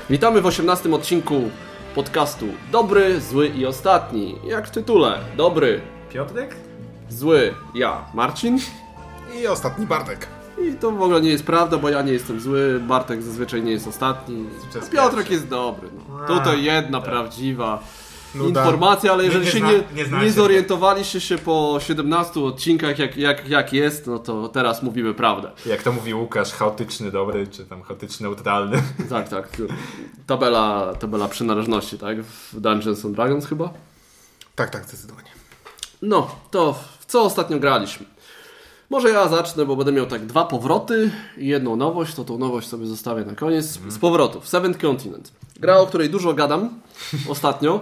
Witamy w 18 odcinku podcastu Dobry, Zły i Ostatni. Jak w tytule. Dobry Piotrek? Zły ja, Marcin. I ostatni Bartek. I to w ogóle nie jest prawda, bo ja nie jestem zły, Bartek zazwyczaj nie jest ostatni. A Piotrek jest dobry. No. Tutaj jedna prawdziwa informacja, ale jeżeli nie zorientowaliście się po 17 odcinkach jak jest, no to teraz mówimy prawdę. Jak to mówi Łukasz, chaotyczny dobry, czy tam chaotyczny neutralny. Tak. Tabela przynależności, tak? W Dungeons and Dragons chyba? Tak, zdecydowanie. No, to w co ostatnio graliśmy? Może ja zacznę, bo będę miał tak 2 powroty i jedną nowość, to tą nowość sobie zostawię na koniec. Z powrotów. Seventh Continent. Gra, o której dużo gadam ostatnio,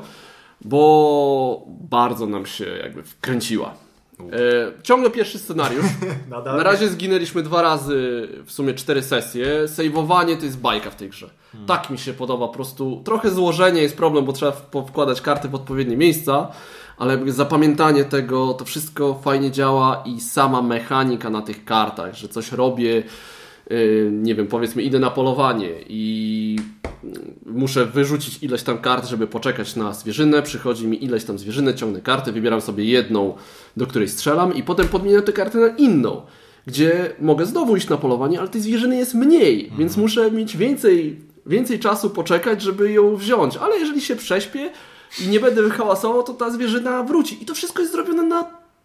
bo bardzo nam się jakby wkręciła. Ciągle pierwszy scenariusz. Na razie zginęliśmy 2 razy, w sumie 4 sesje. Sejwowanie to jest bajka w tej grze. Tak mi się podoba, po prostu trochę złożenie jest problem, bo trzeba wkładać karty w odpowiednie miejsca, ale zapamiętanie tego, to wszystko fajnie działa i sama mechanika na tych kartach, że coś robię, nie wiem, powiedzmy idę na polowanie i muszę wyrzucić ileś tam kart, żeby poczekać na zwierzynę, przychodzi mi ileś tam zwierzynę, ciągnę kartę, wybieram sobie jedną, do której strzelam i potem podmieniam tę kartę na inną, gdzie mogę znowu iść na polowanie, ale tej zwierzyny jest mniej, więc muszę mieć więcej czasu poczekać, żeby ją wziąć, ale jeżeli się prześpię i nie będę wyhałasował, to ta zwierzyna wróci. I to wszystko jest zrobione na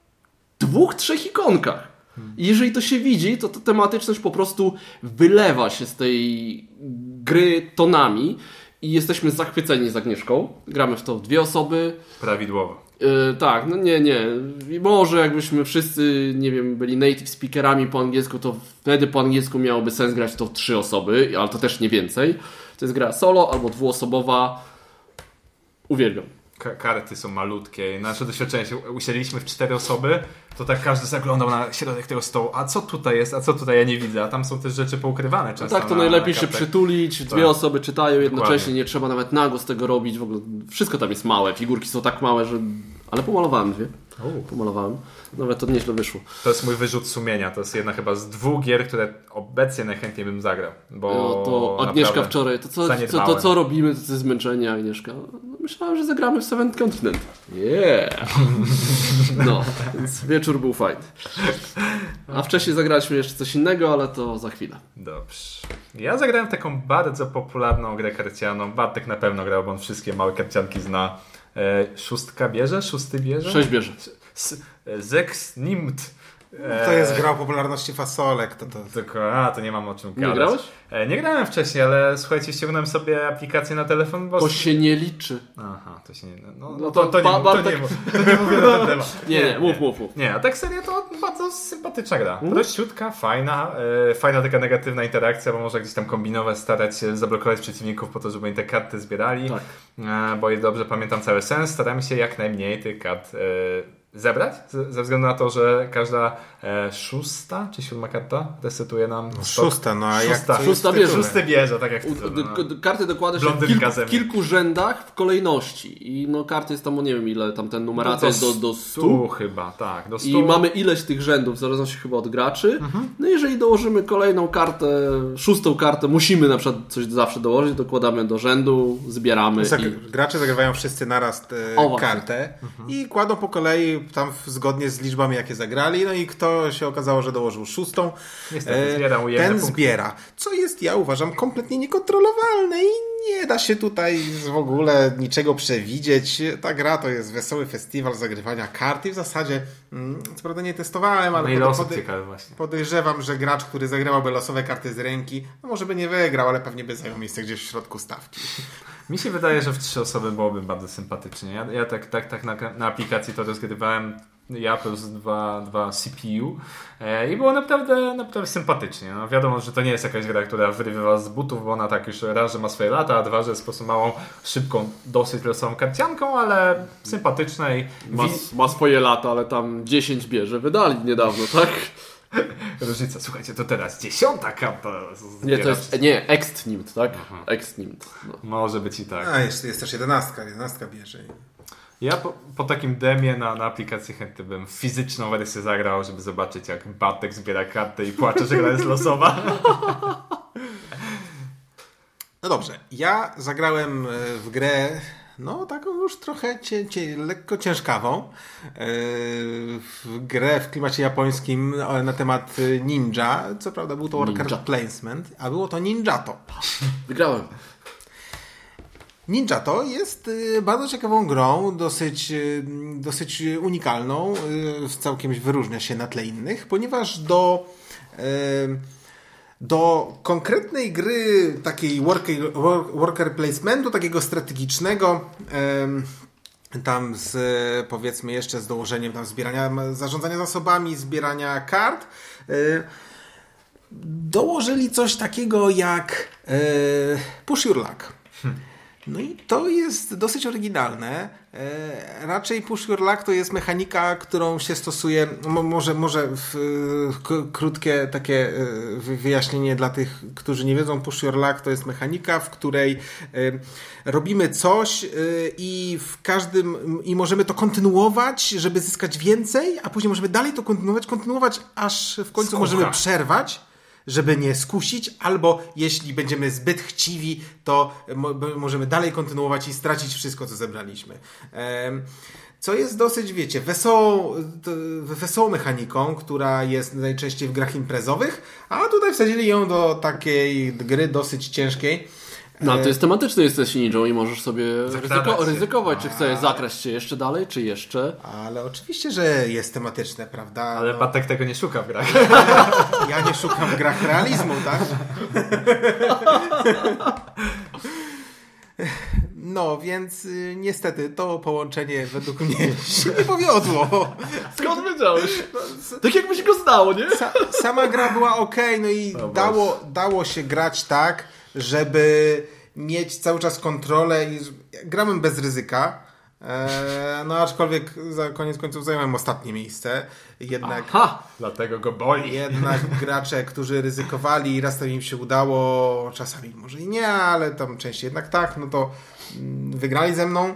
2-3 ikonkach. I jeżeli to się widzi, to ta tematyczność po prostu wylewa się z tej gry tonami i jesteśmy zachwyceni z Agnieszką. Gramy w to w 2 osoby. Prawidłowo. Tak, no nie. I może jakbyśmy wszyscy, nie wiem, byli native speakerami po angielsku, to wtedy po angielsku miałoby sens grać w to w 3 osoby, ale to też nie więcej. To jest gra solo albo 2-osobowa. Uwielbiam. Karty są malutkie. Nasze doświadczenie się usiedliśmy w 4 osoby, to tak każdy zaglądał na środek tego stołu. A co tutaj jest? A co tutaj ja nie widzę? A tam są też rzeczy poukrywane często. No tak, to najlepiej się przytulić. 2 osoby czytają jednocześnie, Dokładnie. Nie trzeba nawet nago z tego robić. W ogóle wszystko tam jest małe. Figurki są tak małe, że... Ale pomalowałem 2. Pomalowałem. Nawet to nieźle wyszło. To jest mój wyrzut sumienia. To jest jedna chyba z 2 gier, które obecnie najchętniej bym zagrał. Bo No to Agnieszka wczoraj, to co robimy, to jest zmęczenie, Agnieszka. Myślałem, że zagramy w Seventh Continent. No, więc wieczór był fajny. A wcześniej zagraliśmy jeszcze coś innego, ale to za chwilę. Dobrze. Ja zagrałem taką bardzo popularną grę karcianą. Bartek na pewno grał, bo on wszystkie małe karcianki zna. 6 bierze? 6 bierze? 6 bierze. Sechs nimmt. To jest gra o popularności fasolek. To nie mam o czym gadać. Nie grałeś? Nie grałem wcześniej, ale słuchajcie, ściągnąłem sobie aplikację na telefon, bo... To się nie liczy. Aha, to się nie... Nie mówię na ten temat. Nie, mów. Nie, a tak serio to bardzo sympatyczna gra. Prościutka, fajna taka negatywna interakcja, bo można gdzieś tam kombinować, starać się zablokować przeciwników po to, żeby oni te karty zbierali. Tak. Bo jak dobrze pamiętam cały sens, staramy się jak najmniej tych kart zebrać, ze względu na to, że każda 6. czy 7 karta resetuje nam stok. 6, no a jak to 6 bierze. 6 bierze, tak jak karty dokłada się w kilku rzędach w kolejności i no karty jest tam, nie wiem ile tam ten numeracja jest do 100 chyba, tak. Do 100. I mamy ileś tych rzędów, w zależności chyba od graczy. No jeżeli dołożymy kolejną kartę, 6. kartę, musimy na przykład coś zawsze dołożyć, dokładamy do rzędu, zbieramy. Gracze zagrywają wszyscy naraz kartę i kładą po kolei tam zgodnie z liczbami, jakie zagrali, no i kto się okazało, że dołożył 6. Niestety, ten zbiera. Co jest, ja uważam, kompletnie niekontrolowalne i nie da się tutaj w ogóle niczego przewidzieć. Ta gra to jest wesoły festiwal zagrywania kart i w zasadzie, co prawda nie testowałem, ale podejrzewam, że gracz, który zagrywałby losowe karty z ręki, no może by nie wygrał, ale pewnie by zajął miejsce gdzieś w środku stawki. Mi się wydaje, że w 3 osoby byłoby bardzo sympatycznie. Ja tak na aplikacji to rozgrywałem, ja plus 2 CPU i było naprawdę sympatycznie. No wiadomo, że to nie jest jakaś gra, która wyrywa was z butów, bo ona tak już raz, że ma swoje lata, a 2, że jest po prostu małą, szybką, dosyć losową karcianką, ale sympatyczna i... Ma swoje lata, ale tam 10 bierze. Wydali niedawno, tak? Różnica, słuchajcie, to teraz 10. karta. Nie, to jest Extnimt, tak? Extnimt. No. Może być i tak. A jest też 11 bierze. Ja po takim demie na aplikacji chętnie bym fizyczną wersję zagrał, żeby zobaczyć, jak Bartek zbiera kartę i płacze, że gra jest losowa. No dobrze, ja zagrałem w grę, no taką już trochę lekko ciężkawą, w grę w klimacie japońskim na temat ninja. Co prawda był to worker placement, a było to Ninjato. Wygrałem. Ninjato jest bardzo ciekawą grą, dosyć unikalną, całkiem wyróżnia się na tle innych, ponieważ do konkretnej gry, takiej worker placementu, takiego strategicznego, tam powiedzmy jeszcze z dołożeniem tam zarządzania zasobami, zbierania kart, dołożyli coś takiego jak Push Your Luck. No i to jest dosyć oryginalne. Raczej Push Your Luck to jest mechanika, którą się stosuje, może krótkie takie wyjaśnienie dla tych, którzy nie wiedzą. Push Your Luck to jest mechanika, w której robimy coś i i możemy to kontynuować, żeby zyskać więcej, a później możemy dalej to kontynuować, aż w końcu możemy przerwać, żeby nie skusić, albo jeśli będziemy zbyt chciwi, to możemy dalej kontynuować i stracić wszystko, co zebraliśmy. Co jest dosyć, wiecie, wesołą mechaniką, która jest najczęściej w grach imprezowych, a tutaj wsadzili ją do takiej gry dosyć ciężkiej. No, ale to jest tematyczny, jesteś ninją i możesz sobie ryzykować, czy chcesz zakraść się jeszcze dalej, czy jeszcze. Ale oczywiście, że jest tematyczne, prawda? Ale Batek tego nie szuka w grach. Ja nie szukam w grach realizmu, tak? No, więc niestety to połączenie według mnie się nie powiodło. Skąd wiedziałeś? Tak jakbyś go znało, nie? Sama gra była okej, no i dało się grać tak, żeby mieć cały czas kontrolę i grałem bez ryzyka, no aczkolwiek koniec końców zająłem ostatnie miejsce. Jednak, dlatego go boli. Jednak gracze, którzy ryzykowali, raz to im się udało, czasami może i nie, ale tam częściej jednak tak, no to wygrali ze mną.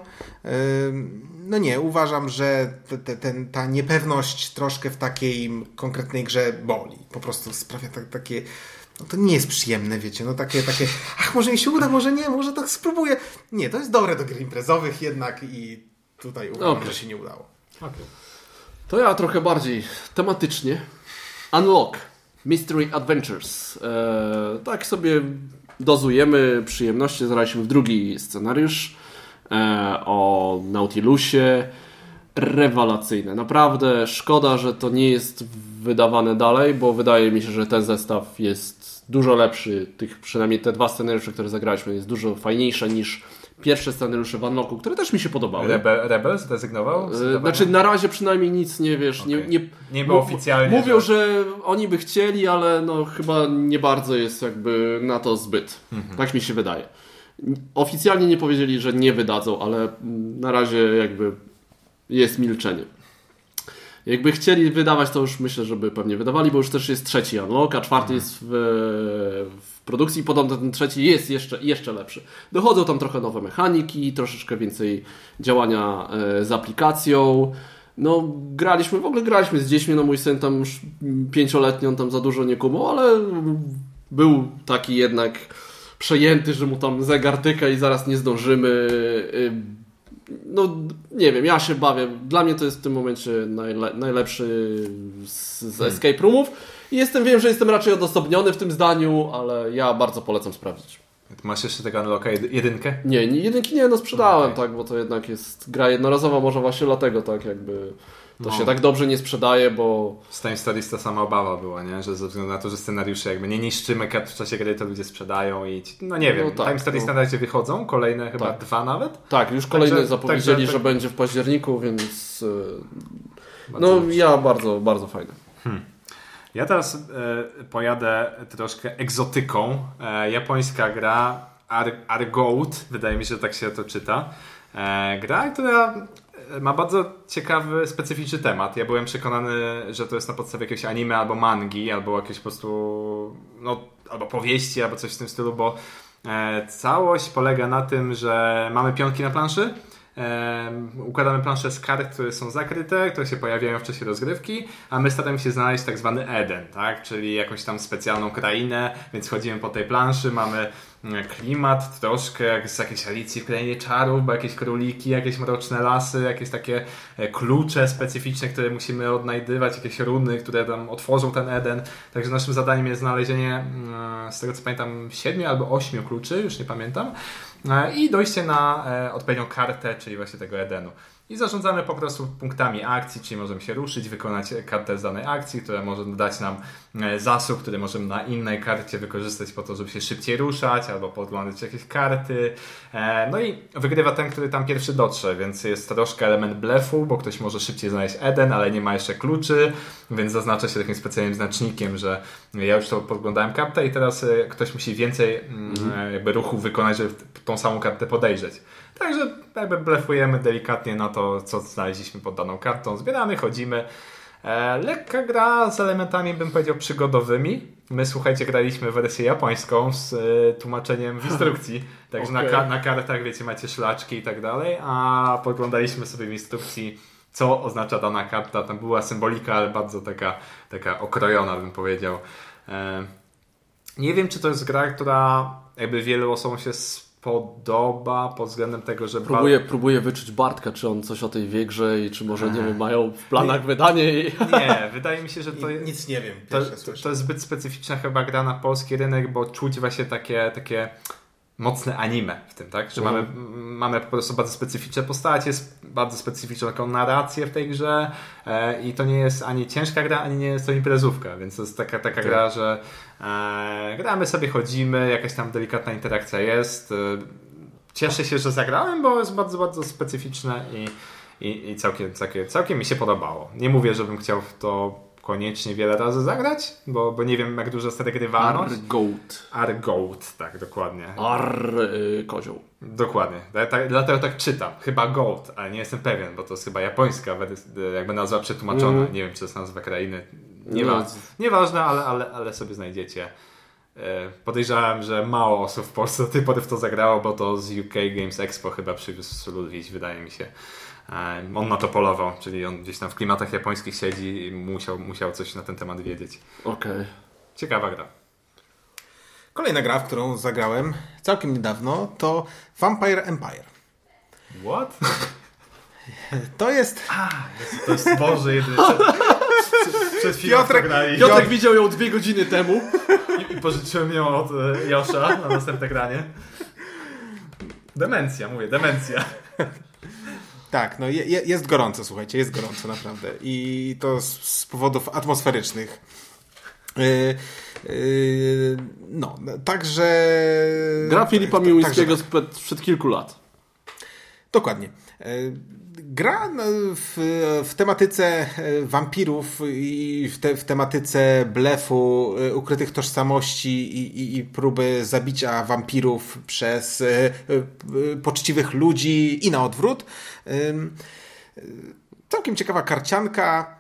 No nie, uważam, że ta niepewność troszkę w takiej konkretnej grze boli. Po prostu sprawia takie... No to nie jest przyjemne, wiecie, no takie, może mi się uda, może nie, może tak spróbuję. Nie, to jest dobre do gier imprezowych jednak i tutaj uważam, że się nie udało. Okay. To ja trochę bardziej tematycznie. Unlock Mystery Adventures. Tak sobie dozujemy przyjemności. Zagraliśmy w drugi scenariusz o Nautilusie. Rewelacyjne. Naprawdę szkoda, że to nie jest wydawane dalej, bo wydaje mi się, że ten zestaw jest dużo lepszy. Przynajmniej te dwa scenariusze, które zagraliśmy, jest dużo fajniejsze niż pierwsze scenariusze w Unlocku, które też mi się podobały. Rebel zrezygnował? Znaczy na razie przynajmniej nic nie wiesz. Okay. Nie było oficjalnie. Mówią, że oni by chcieli, ale no chyba nie bardzo jest jakby na to zbyt. Tak mi się wydaje. Oficjalnie nie powiedzieli, że nie wydadzą, ale na razie jakby jest milczenie. Jakby chcieli wydawać, to już myślę, żeby pewnie wydawali, bo już też jest trzeci Unlock, a czwarty jest w produkcji. Podobno ten trzeci jest jeszcze lepszy. Dochodzą tam trochę nowe mechaniki, troszeczkę więcej działania z aplikacją. No graliśmy z dziećmi, no mój syn tam już 5-letni, on tam za dużo nie kumał, ale był taki jednak przejęty, że mu tam zegar tyka i zaraz nie zdążymy. No nie wiem, ja się bawię. Dla mnie to jest w tym momencie najlepszy z escape roomów. I wiem, że jestem raczej odosobniony w tym zdaniu, ale ja bardzo polecam sprawdzić. Masz jeszcze tego Unlocka jedynkę? Nie, jedynki nie, no sprzedałem, tak, bo to jednak jest gra jednorazowa, może właśnie dlatego tak jakby to się tak dobrze nie sprzedaje, bo... Z Time Stories ta sama obawa była, nie? Że ze względu na to, że scenariusze jakby nie niszczymy kart w czasie gry, to ludzie sprzedają i no nie wiem, Time Stories na razie wychodzą, kolejne chyba 2 nawet? Tak, już kolejne zapowiedzieli, że będzie w październiku, więc ja bardzo, bardzo fajne. Ja teraz pojadę troszkę egzotyką. Japońska gra Argout, wydaje mi się, że tak się to czyta. Gra, która ma bardzo ciekawy, specyficzny temat. Ja byłem przekonany, że to jest na podstawie jakiegoś anime albo mangi, albo jakiegoś po prostu albo powieści, albo coś w tym stylu, bo całość polega na tym, że mamy pionki na planszy, układamy planszę z kart, które są zakryte, które się pojawiają w czasie rozgrywki, a my staramy się znaleźć tak zwany Eden, tak? Czyli jakąś tam specjalną krainę, więc chodzimy po tej planszy, mamy klimat troszkę jak z jakiejś Alicji w Krainie Czarów, bo jakieś króliki, jakieś mroczne lasy, jakieś takie klucze specyficzne, które musimy odnajdywać, jakieś runy, które tam otworzą ten Eden. Także naszym zadaniem jest znalezienie, z tego co pamiętam, 7 albo 8 kluczy, już nie pamiętam, i dojście na odpowiednią kartę, czyli właśnie tego Edenu. I zarządzamy po prostu punktami akcji, czyli możemy się ruszyć, wykonać kartę z danej akcji, która może dać nam zasób, który możemy na innej karcie wykorzystać po to, żeby się szybciej ruszać, albo podglądać jakieś karty. No i wygrywa ten, który tam pierwszy dotrze, więc jest troszkę element blefu, bo ktoś może szybciej znaleźć Eden, ale nie ma jeszcze kluczy, więc zaznacza się takim specjalnym znacznikiem, że ja już to podglądałem kartę i teraz ktoś musi więcej jakby ruchu wykonać, żeby tą samą kartę podejrzeć. Także jakby blefujemy delikatnie na to, co znaleźliśmy pod daną kartą. Zbieramy, chodzimy. Lekka gra z elementami, bym powiedział, przygodowymi. My, słuchajcie, graliśmy wersję japońską z tłumaczeniem w instrukcji. Także na kartach, wiecie, macie szlaczki i tak dalej, a podglądaliśmy sobie w instrukcji, co oznacza dana karta. Tam była symbolika, ale bardzo taka okrojona, bym powiedział. Nie wiem, czy to jest gra, która jakby wielu osobom się podoba pod względem tego, że... Próbuję wyczuć Bartka, czy on coś o tej wie grze i czy może, nie wiem, mają w planach wydanie. Nie, wydaje mi się, że to... Nic nie wiem. To jest zbyt specyficzna chyba gra na polski rynek, bo czuć właśnie takie mocne anime w tym, tak? Że mamy po prostu bardzo specyficzne postacie, bardzo specyficzną taką narrację w tej grze i to nie jest ani ciężka gra, ani nie jest to imprezówka, więc to jest taka gra, że gramy sobie, chodzimy, jakaś tam delikatna interakcja jest. Cieszę się, że zagrałem, bo jest bardzo, bardzo specyficzne i całkiem mi się podobało. Nie mówię, żebym chciał w to koniecznie wiele razy zagrać, bo nie wiem, jak dużo jest regrywalność. Argoat, tak, dokładnie. Kozioł. Dokładnie, dlatego tak czytam. Chyba Goat, ale nie jestem pewien, bo to jest chyba japońska jakby nazwa przetłumaczona. Nie wiem, czy to jest nazwa krainy. Nieważne, ale sobie znajdziecie. Podejrzewam, że mało osób w Polsce do tej pory w to zagrało, bo to z UK Games Expo chyba przywiózł Ludwik, wydaje mi się. On na to polował, czyli on gdzieś tam w klimatach japońskich siedzi i musiał coś na ten temat wiedzieć. Okej. Ciekawa gra. Kolejna gra, w którą zagrałem całkiem niedawno, to Vampire Empire. What? To jest... To jest Boże jedyny. Przed chwilą Piotrek widział ją 2 godziny temu i pożyczyłem ją od Josza na następne granie. Demencja. Tak, no jest gorąco, słuchajcie, jest gorąco naprawdę. I to z powodów atmosferycznych. No, także... Gra Filipa Miłońskiego sprzed kilku lat. Dokładnie. Gra w tematyce wampirów i w tematyce blefu, ukrytych tożsamości i próby zabicia wampirów przez poczciwych ludzi i na odwrót. Całkiem ciekawa karcianka.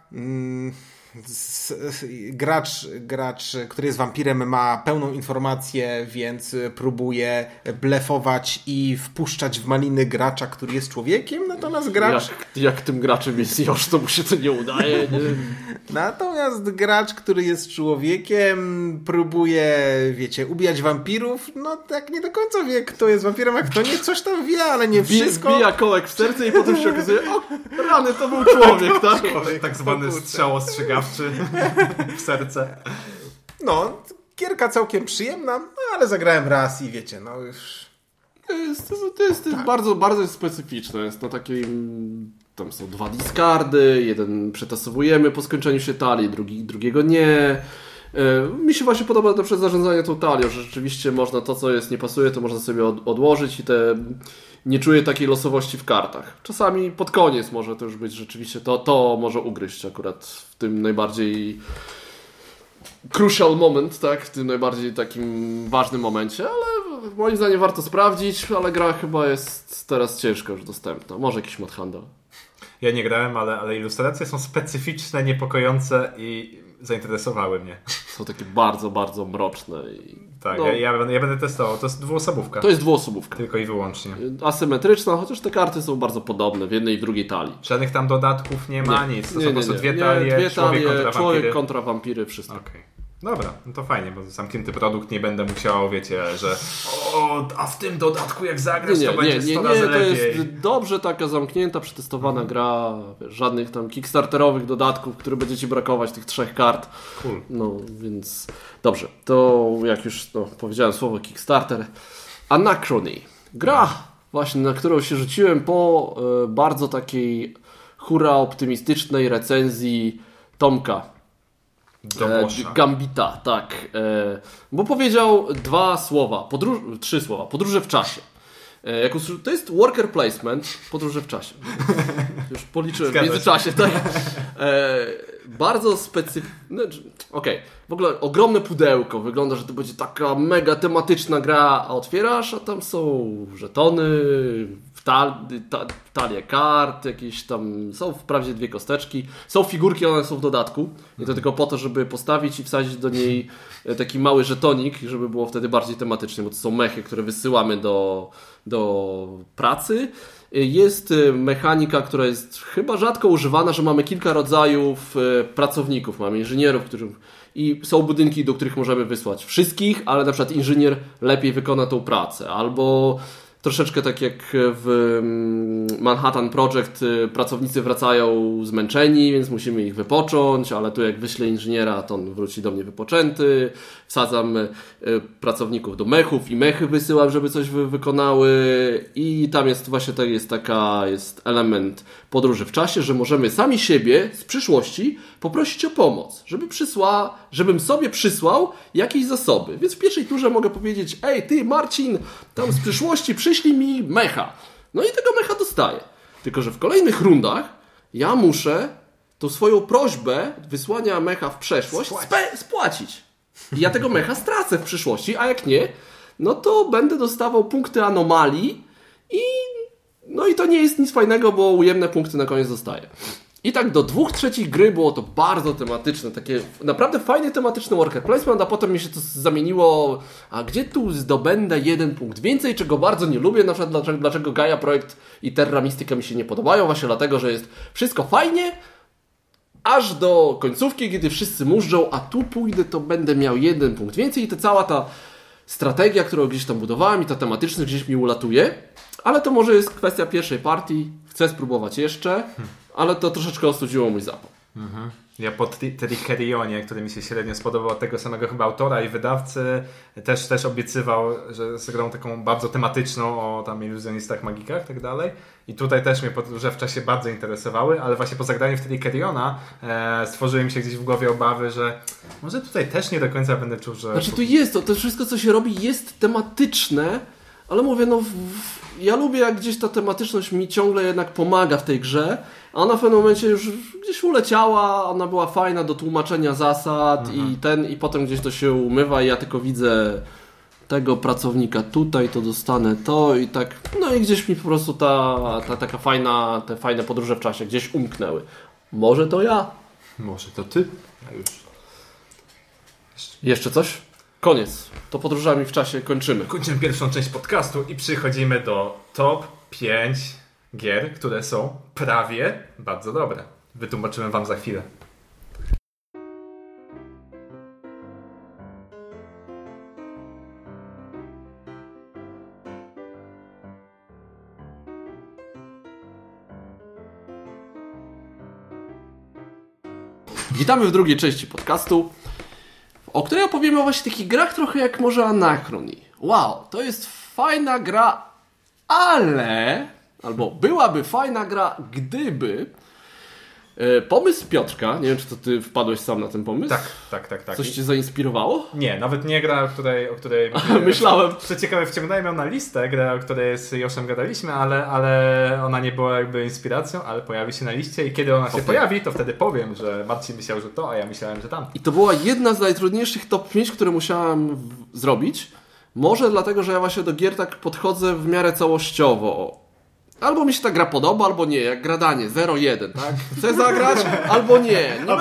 Gracz, który jest wampirem, ma pełną informację, więc próbuje blefować i wpuszczać w maliny gracza, który jest człowiekiem, natomiast gracz... Jak tym graczem jest Josz, to mu się to nie udaje. Nie? Natomiast gracz, który jest człowiekiem, próbuje, wiecie, ubijać wampirów, no tak nie do końca wie, kto jest wampirem, a kto nie, coś tam wie, ale nie wszystko. Wbija kołek w serce i potem się okazuje, o rany, to był człowiek, tak? Tak zwany strzał ostrzegawczy w serce. No, gierka całkiem przyjemna, no, ale zagrałem raz i wiecie, no już... To jest bardzo, bardzo specyficzne. Jest na takim... Tam są 2 discardy, jeden przetasowujemy po skończeniu się talii, drugiego nie. Mi się właśnie podoba to przez zarządzanie tą talią, że rzeczywiście można to, co nie pasuje, to można sobie odłożyć i nie czuję takiej losowości w kartach. Czasami pod koniec może to już być rzeczywiście, to może ugryźć akurat w tym najbardziej crucial moment, tak? W tym najbardziej takim ważnym momencie, ale moim zdaniem warto sprawdzić, ale gra chyba jest teraz ciężko już dostępna. Może jakiś mod handel. Ja nie grałem, ale ilustracje są specyficzne, niepokojące i zainteresowały mnie. Są takie bardzo, bardzo mroczne. Tak, no, ja będę testował. To jest 2-osobówka. To jest 2-osobówka. Tylko i wyłącznie. Asymetryczna, chociaż te karty są bardzo podobne w jednej i w drugiej talii. Żadnych tam dodatków nie ma, nic. To są po prostu 2 talie, człowiek kontra wampiry, wszystko. Okay. Dobra, no to fajnie, bo zamknięty produkt nie będę musiał, wiecie, że a w tym dodatku jak zagrasz, to będzie 100 razy lepiej. To jest dobrze taka zamknięta, przetestowana gra, żadnych tam kickstarterowych dodatków, które będzie ci brakować, tych 3 kart. Cool. No, więc dobrze, to jak już powiedziałem słowo Kickstarter, Anachrony. Gra właśnie, na którą się rzuciłem po bardzo takiej hura optymistycznej recenzji Tomka Gambita, tak. Bo powiedział 3 słowa. Podróże w czasie. To jest worker placement, podróże w czasie. Już policzyłem w międzyczasie. Tak. Bardzo specyficzne. Okej. W ogóle ogromne pudełko. Wygląda, że to będzie taka mega tematyczna gra, a otwierasz, a tam są żetony, talie kart, jakieś tam, są wprawdzie 2 kosteczki, są figurki, one są w dodatku i to tylko po to, żeby postawić i wsadzić do niej taki mały żetonik, żeby było wtedy bardziej tematycznie, bo to są mechy, które wysyłamy do pracy. Jest mechanika, która jest chyba rzadko używana, że mamy kilka rodzajów pracowników, mamy inżynierów, i są budynki, do których możemy wysłać wszystkich, ale na przykład inżynier lepiej wykona tą pracę, albo troszeczkę tak jak w Manhattan Project pracownicy wracają zmęczeni, więc musimy ich wypocząć, ale tu jak wyślę inżyniera, to on wróci do mnie wypoczęty. Wsadzam pracowników do mechów i mechy wysyłam, żeby coś wykonały i tam jest właśnie jest element podróży w czasie, że możemy sami siebie z przyszłości poprosić o pomoc, żebym sobie przysłał jakieś zasoby. Więc w pierwszej turze mogę powiedzieć: ej, ty Marcin, tam z przyszłości przyślij mi mecha. No i tego mecha dostaję. Tylko że w kolejnych rundach ja muszę tą swoją prośbę wysłania mecha w przeszłość spłacić. I ja tego mecha stracę w przyszłości, a jak nie, no to będę dostawał punkty anomalii i to nie jest nic fajnego, bo ujemne punkty na koniec dostaję. I tak do 2/3 gry było to bardzo tematyczne, takie naprawdę fajnie tematyczne worker placement, a potem mi się to zamieniło, a gdzie tu zdobędę 1 punkt więcej, czego bardzo nie lubię, na przykład dlaczego Gaia Projekt i Terra Mystica mi się nie podobają, właśnie dlatego, że jest wszystko fajnie, aż do końcówki, kiedy wszyscy mużdżą, a tu pójdę, to będę miał 1 punkt więcej i to cała ta strategia, którą gdzieś tam budowałem i ta tematyczność gdzieś mi ulatuje, ale to może jest kwestia pierwszej partii, chcę spróbować jeszcze, ale to troszeczkę ostudziło mój zapał. Ja po Tricksterionie, który mi się średnio spodobał, od tego samego chyba autora i wydawcy, też obiecywał, że z grą taką bardzo tematyczną o tam iluzjonistach, magikach i tak dalej. I tutaj też mnie podróże w czasie bardzo interesowały, ale właśnie po zagraniu w Trickeriona stworzyły mi się gdzieś w głowie obawy, że może tutaj też nie do końca będę czuł, że... Znaczy tu jest to wszystko, co się robi, jest tematyczne, ale mówię, ja lubię, jak gdzieś ta tematyczność mi ciągle jednak pomaga w tej grze, a ona w pewnym momencie już gdzieś uleciała, ona była fajna do tłumaczenia zasad i potem gdzieś to się umywa i ja tylko widzę tego pracownika tutaj, to dostanę to i tak, no i gdzieś mi po prostu te fajne podróże w czasie gdzieś umknęły. Może to ja? Może to ty? Jeszcze coś? Koniec. To podróżami w czasie kończymy. Kończymy pierwszą część podcastu i przychodzimy do top 5 gier, które są prawie bardzo dobre. Wytłumaczymy wam za chwilę. Witamy w drugiej części podcastu, o której opowiemy o właśnie takich grach trochę jak może Anachrony. Wow, to jest fajna gra, albo byłaby fajna gra, gdyby pomysł Piotrka, nie wiem, czy to ty wpadłeś sam na ten pomysł? Tak. Coś cię zainspirowało? Nie, nawet nie gra, o której myślałem. Co ciekawe, wciągnąłem ją na listę, grę, o której z Joszem gadaliśmy, ale ona nie była jakby inspiracją, ale pojawi się na liście i kiedy ona się pojawi, to wtedy powiem, że Marcin myślał, że to, a ja myślałem, że tam. I to była jedna z najtrudniejszych top 5, które musiałem zrobić. Może dlatego, że ja właśnie do gier tak podchodzę w miarę całościowo. Albo mi się ta gra podoba, albo nie. Jak gradanie, 0-1, tak? Chcę zagrać, albo nie. Nie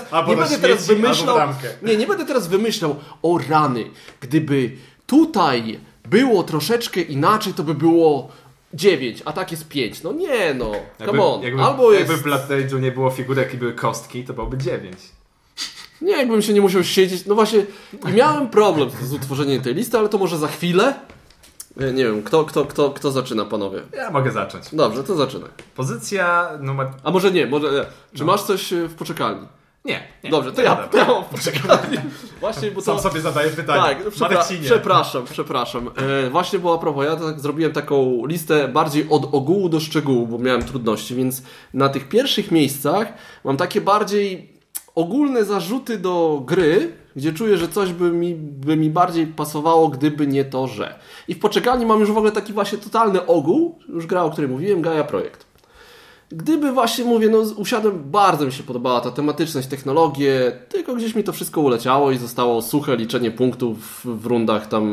będę teraz wymyślał, o rany, gdyby tutaj było troszeczkę inaczej, to by było 9, a tak jest 5. No nie, come on. Jakby w Blood Rage'u nie było figurek i były kostki, to byłoby 9. Nie, jakbym się nie musiał siedzieć. No właśnie, i miałem problem z utworzeniem tej listy, ale to może za chwilę. Nie wiem, kto zaczyna, panowie? Ja mogę zacząć. Dobrze, to zaczynaj. Pozycja numer... A może nie. Czy masz coś w poczekalni? Nie. Dobrze, to ja mam w poczekalni. Właśnie, bo Sam sobie zadaję pytanie. Tak, przepraszam. Właśnie, bo a propos, ja tak zrobiłem taką listę bardziej od ogółu do szczegółu, bo miałem trudności, więc na tych pierwszych miejscach mam takie bardziej ogólne zarzuty do gry, gdzie czuję, że coś by mi bardziej pasowało, gdyby nie to, że. I w poczekalni mam już w ogóle taki właśnie totalny ogół, już gra, o której mówiłem, Gaia Projekt. Gdyby właśnie, mówię, usiadłem, bardzo mi się podobała ta tematyczność, technologie, tylko gdzieś mi to wszystko uleciało i zostało suche liczenie punktów w rundach tam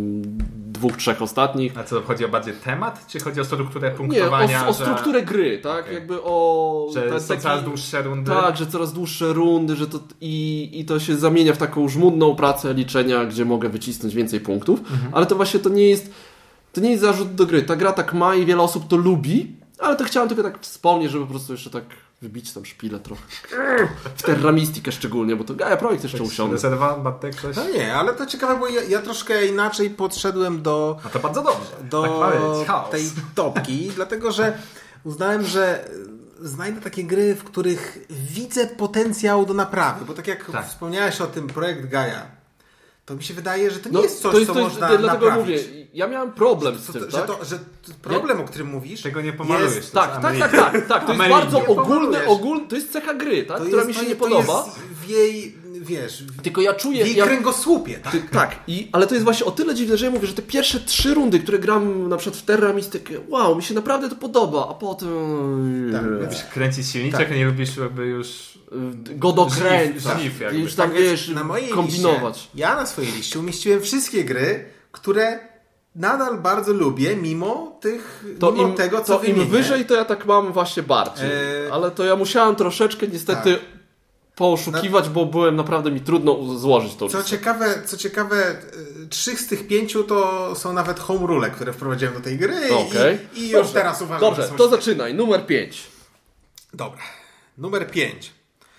2-3 ostatnich. A co, chodzi o bardziej temat, czy chodzi o strukturę punktowania? Nie, o strukturę gry, tak? Okay. Jakby o... Że są coraz dłuższe rundy? Tak, że coraz dłuższe rundy, że to i to się zamienia w taką żmudną pracę liczenia, gdzie mogę wycisnąć więcej punktów, ale to właśnie to nie jest zarzut do gry. Ta gra tak ma i wiele osób to lubi, ale to chciałem tylko tak wspomnieć, żeby po prostu jeszcze tak wybić tam szpilę trochę. W Terramistikę szczególnie, bo to Gaia Projekt jeszcze usiądę. Coś? No nie, ale to ciekawe, bo ja troszkę inaczej podszedłem do... A to bardzo dobrze. Do tej topki, dlatego że uznałem, że znajdę takie gry, w których widzę potencjał do naprawy, bo tak jak wspomniałeś o tym projekt Gaia, to mi się wydaje, że to nie jest coś, co można dlatego naprawić. Mówię, ja miałem problem z tym, że problem, o którym mówisz... Tego nie pomalujesz. Jest, tak. To jest bardzo ogólny, to jest cecha gry, tak? Która mi się nie podoba. To jest w jej, wiesz... Tylko ja czuję... W jej kręgosłupie, tak? Tak, ale to jest właśnie o tyle dziwne, że ja mówię, że te pierwsze 3 rundy, które gram na przykład w Terramistykę, wow, mi się naprawdę to podoba, a potem... Tak, lubisz kręcić silniczek, nie lubisz jakby już... go dokręcić, już tam wiesz, na mojej kombinować. Liście, ja na swojej liście umieściłem wszystkie gry, które nadal bardzo lubię, mimo tego, co wymienię. Im wyżej, to ja tak mam właśnie bardziej. Ale to ja musiałem troszeczkę niestety poszukiwać, bo naprawdę mi trudno złożyć to. Co ciekawe, 3 z tych 5 to są nawet home rule, które wprowadziłem do tej gry i już teraz uważam, Dobrze, to zaczynaj. Numer 5. Dobra. Numer 5.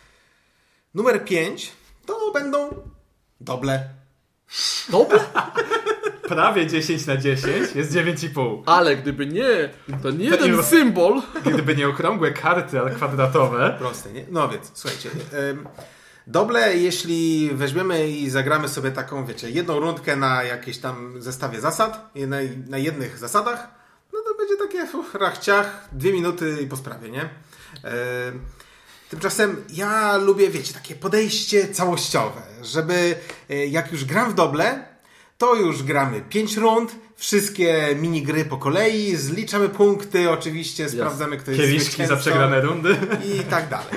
Numer 5 to będą doble. Doble? Prawie 10 na 10 jest 9,5. Ale gdyby nie, to nie jeden symbol. Gdyby nie okrągłe karty, ale kwadratowe. Proste, nie? No więc, słuchajcie. Doble, jeśli weźmiemy i zagramy sobie taką, wiecie, jedną rundkę na jakiejś tam zestawie zasad, na jednych zasadach, no to będzie takie rachciach, 2 minuty i po sprawie, nie? Tymczasem ja lubię, wiecie, takie podejście całościowe, żeby jak już gram w doble, to już gramy 5 rund, wszystkie minigry po kolei, zliczamy punkty, oczywiście sprawdzamy, kto jest zwycięzcą. Kieliszki za przegrane rundy. I tak dalej.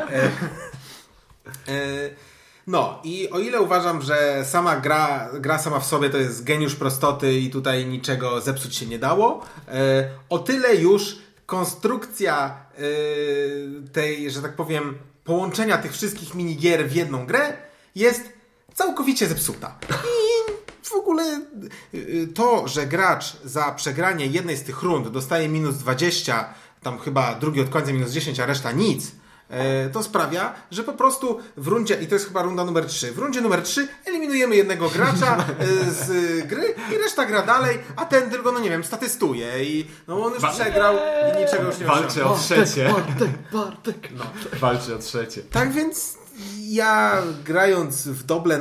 No i o ile uważam, że sama gra sama w sobie to jest geniusz prostoty i tutaj niczego zepsuć się nie dało, o tyle już konstrukcja tej, że tak powiem, połączenia tych wszystkich minigier w jedną grę jest całkowicie zepsuta. I w ogóle to, że gracz za przegranie jednej z tych rund dostaje minus 20, tam chyba drugi od końca minus 10, a reszta nic, to sprawia, że po prostu w rundzie, i to jest chyba runda numer 3, w rundzie numer 3 eliminujemy jednego gracza z gry i reszta gra dalej, a ten tylko, no nie wiem, statystuje i no on już przegrał i niczego już nie walczy o trzecie. Bartek. No. Walczy o trzecie. Tak więc ja grając w doble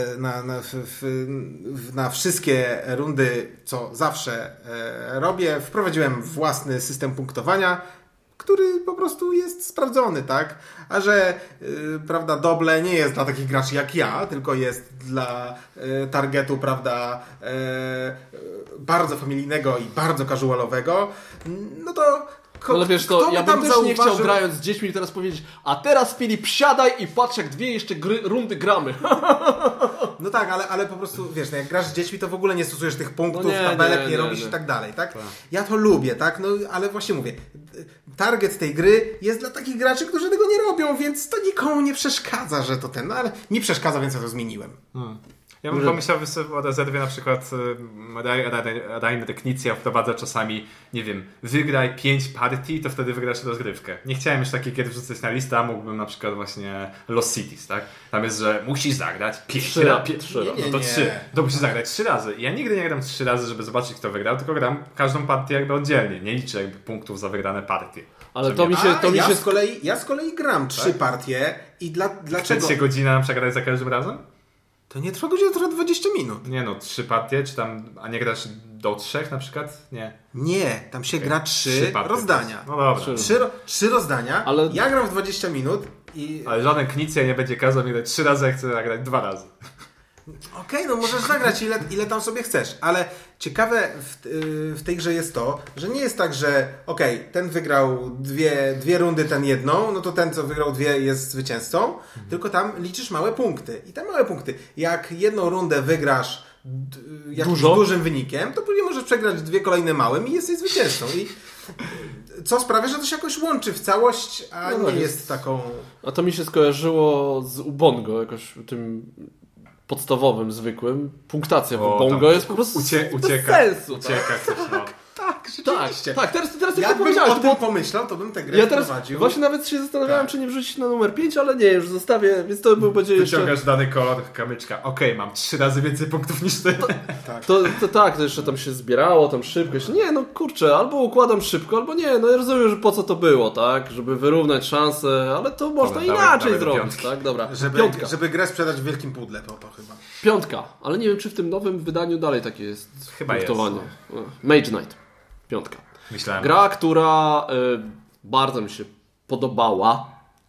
na wszystkie rundy, co zawsze robię, wprowadziłem własny system punktowania, który po prostu jest sprawdzony, tak? A że, prawda, doble nie jest dla takich graczy jak ja, tylko jest dla targetu, prawda, bardzo familijnego i bardzo casualowego, no to ale wiesz, to ja bym też nie chciał grając z dziećmi teraz powiedzieć, a teraz Filip siadaj i patrz jak 2 jeszcze rundy gramy. No tak, ale po prostu, wiesz, no jak grasz z dziećmi, to w ogóle nie stosujesz tych punktów, tabelek nie robisz i tak dalej, tak? Ja to lubię, tak? No ale właśnie mówię, target tej gry jest dla takich graczy, którzy tego nie robią, więc to nikomu nie przeszkadza, że to no ale mi przeszkadza, więc ja to zmieniłem. Ja bym pomyślał o rezerwie na przykład Rainer Knizia wprowadza czasami, nie wiem, wygraj 5 partii, to wtedy wygrasz rozgrywkę. Nie chciałem już takich gier wrzucać na listę, a mógłbym na przykład właśnie Lost Cities, tak? Tam jest, że musisz zagrać 5 razy. No to 3. To musisz zagrać 3 razy. Ja nigdy nie gram 3 razy, żeby zobaczyć, kto wygrał, tylko gram każdą partię jakby oddzielnie. Nie liczę jakby punktów za wygrane partie. Ale Ja z kolei gram 3 partie i dlaczego... 3 godziny nam przegrać za każdym razem? To nie trwa godzina, to trwa 20 minut. Nie no, 3 partie, czy tam, a nie grasz do 3 na przykład? Nie, tam się gra 3 rozdania. No dobra. 3 rozdania, ale... ja gram w 20 minut i... Ale żaden Knizia nie będzie kazał mi grać 3 razy, jak chcę zagrać 2 razy. Okej, no możesz zagrać ile tam sobie chcesz, ale ciekawe w tej grze jest to, że nie jest tak, że ten wygrał dwie rundy, ten jedną, no to ten, co wygrał 2 jest zwycięzcą, tylko tam liczysz małe punkty. I te małe punkty, jak jedną rundę wygrasz jakimś dużym wynikiem, to później możesz przegrać 2 kolejne małym i jesteś zwycięzcą. I co sprawia, że to się jakoś łączy w całość, a nie jest taką... A to mi się skojarzyło z Ubongo, jakoś tym... podstawowym, zwykłym. Punktacja w Ubongo jest po prostu bez sensu. Ucieka coś, no. Tak, rzeczywiście. Tak, teraz jakbym o tym pomyślał, to bym tę grę wprowadził. Właśnie nawet się zastanawiałem, czy nie wrzucić na numer 5, ale nie, już zostawię, więc to będzie jeszcze... Wyciągasz dany kolor, kamyczka. Mam 3 razy więcej punktów niż ty. To jeszcze tam się zbierało, tam szybko. Nie, no kurczę, albo układam szybko, albo nie. No ja rozumiem, że po co to było, tak? Żeby wyrównać szanse, ale to można inaczej zrobić, tak? Dobra, piątka. Żeby grę sprzedać w wielkim pudle, to chyba. 5, ale nie wiem, czy w tym nowym wydaniu dalej takie jest punktowanie. Mage Knight. 5. Myślałem. Gra, która bardzo mi się podobała.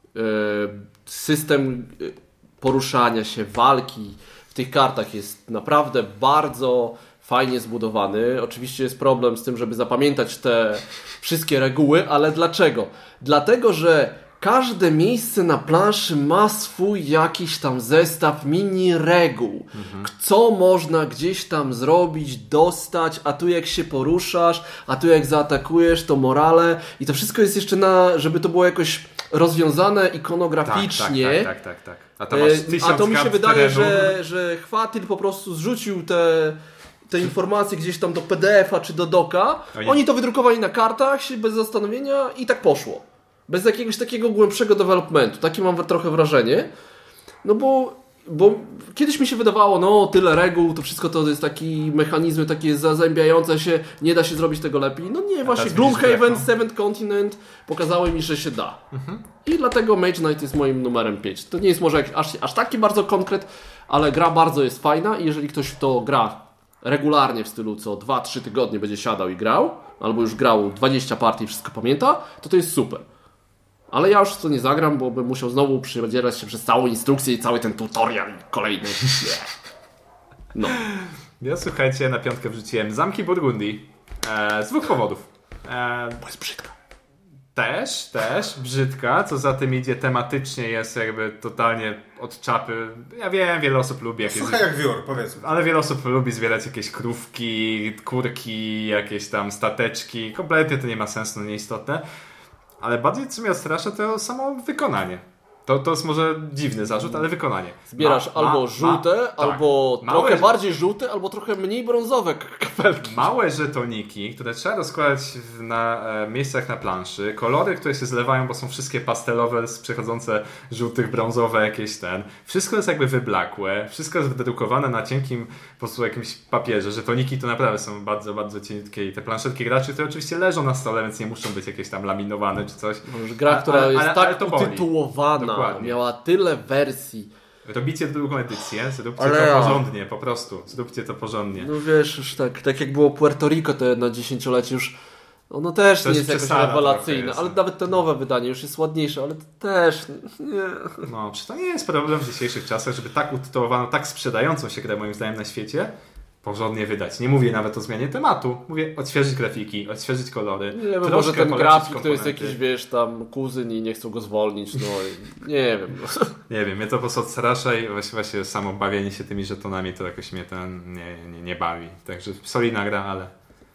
System poruszania się, walki w tych kartach jest naprawdę bardzo fajnie zbudowany. Oczywiście jest problem z tym, żeby zapamiętać te wszystkie reguły, ale dlaczego? Dlatego, że każde miejsce na planszy ma swój jakiś tam zestaw mini reguł. Co można gdzieś tam zrobić, dostać, a tu jak się poruszasz, a tu jak zaatakujesz, to morale. I to wszystko jest jeszcze żeby to było jakoś rozwiązane ikonograficznie. Tak. A to mi się wydaje, że Chwatil po prostu zrzucił te informacje gdzieś tam do PDF-a czy do doka. Oni to wydrukowali na kartach bez zastanowienia i tak poszło. Bez jakiegoś takiego głębszego developmentu. Takie mam trochę wrażenie. No bo kiedyś mi się wydawało, tyle reguł, to wszystko to jest taki mechanizmy takie zazębiające się, nie da się zrobić tego lepiej. No nie, właśnie Gloomhaven, Seventh Continent pokazały mi, że się da. I dlatego Mage Knight jest moim numerem 5. To nie jest może aż taki bardzo konkret, ale gra bardzo jest fajna i jeżeli ktoś w to gra regularnie w stylu co 2-3 tygodnie będzie siadał i grał, albo już grał 20 partii i wszystko pamięta, to jest super. Ale ja już w to nie zagram, bo bym musiał znowu przedzierać się przez całą instrukcję i cały ten tutorial kolejny. No. Ja słuchajcie, na 5 wrzuciłem Zamki Burgundii. Z 2 powodów. Bo jest brzydka. Też brzydka, co za tym idzie tematycznie jest jakby totalnie od czapy. Ja wiem, wiele osób lubi Słuchaj jak wiór, powiedzmy. Ale wiele osób lubi zbierać jakieś krówki, kurki, jakieś tam stateczki. Kompletnie to nie ma sensu, nieistotne. Ale bardziej co mnie odstrasza, to samo wykonanie. To jest może dziwny zarzut, ale wykonanie. Zbierasz albo żółte, albo trochę bardziej żółte, albo trochę mniej brązowe kafelki. Małe żetoniki, które trzeba rozkładać na miejscach na planszy. Kolory, które się zlewają, bo są wszystkie pastelowe, przechodzące żółtych, brązowe, jakieś Wszystko jest jakby wyblakłe. Wszystko jest wydrukowane na cienkim po prostu jakimś papierze. Żetoniki to naprawdę są bardzo, bardzo cienkie. I te planszetki graczy, które oczywiście leżą na stole, więc nie muszą być jakieś tam laminowane czy coś. Gra, która jest tak utytułowana. Dokładnie. Miała tyle wersji. Robicie drugą edycję, zróbcie to porządnie, po prostu. Zróbcie to porządnie. No wiesz, już tak jak było Puerto Rico te na 10-lecie już, ono też nie jest jakoś rewelacyjne, ale nawet te nowe wydanie już jest ładniejsze, ale to też nie. No, czy to nie jest problem w dzisiejszych czasach, żeby tak utytułowaną, tak sprzedającą się grę moim zdaniem na świecie porządnie wydać. Nie mówię nawet o zmianie tematu. Mówię odświeżyć grafiki, odświeżyć kolory. Nie wiem, może ten grafik to jest jakiś, wiesz, tam kuzyn i nie chcą go zwolnić, no nie wiem. Nie wiem, mnie to po prostu odstrasza i właśnie samo bawienie się tymi żetonami to jakoś mnie to nie bawi. Także solidna gra,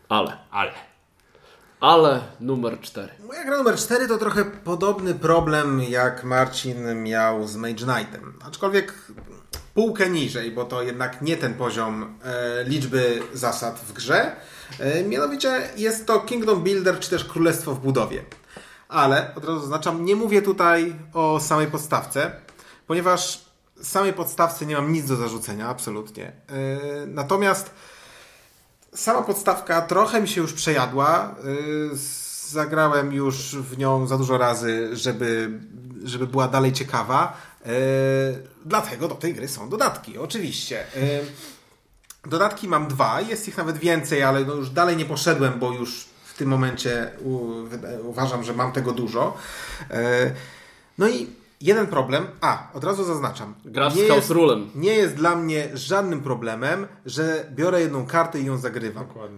ale numer 4. Moja gra numer 4 to trochę podobny problem jak Marcin miał z Mage Knightem. Aczkolwiek półkę niżej, bo to jednak nie ten poziom liczby zasad w grze. Mianowicie jest to Kingdom Builder, czy też Królestwo w budowie. Ale, od razu zaznaczam, nie mówię tutaj o samej podstawce, ponieważ samej podstawce nie mam nic do zarzucenia, absolutnie. Natomiast sama podstawka trochę mi się już przejadła. Zagrałem już w nią za dużo razy, żeby była dalej ciekawa. Dlatego do tej gry są dodatki, oczywiście. Dodatki mam 2, jest ich nawet więcej, ale no już dalej nie poszedłem, bo już w tym momencie uważam, że mam tego dużo. No i jeden problem, od razu zaznaczam. Grasz z Chaos Rulem. Nie jest dla mnie żadnym problemem, że biorę jedną kartę i ją zagrywam. Dokładnie.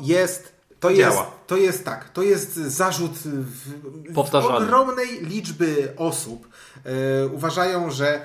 To jest zarzut ogromnej liczby osób. Uważają, że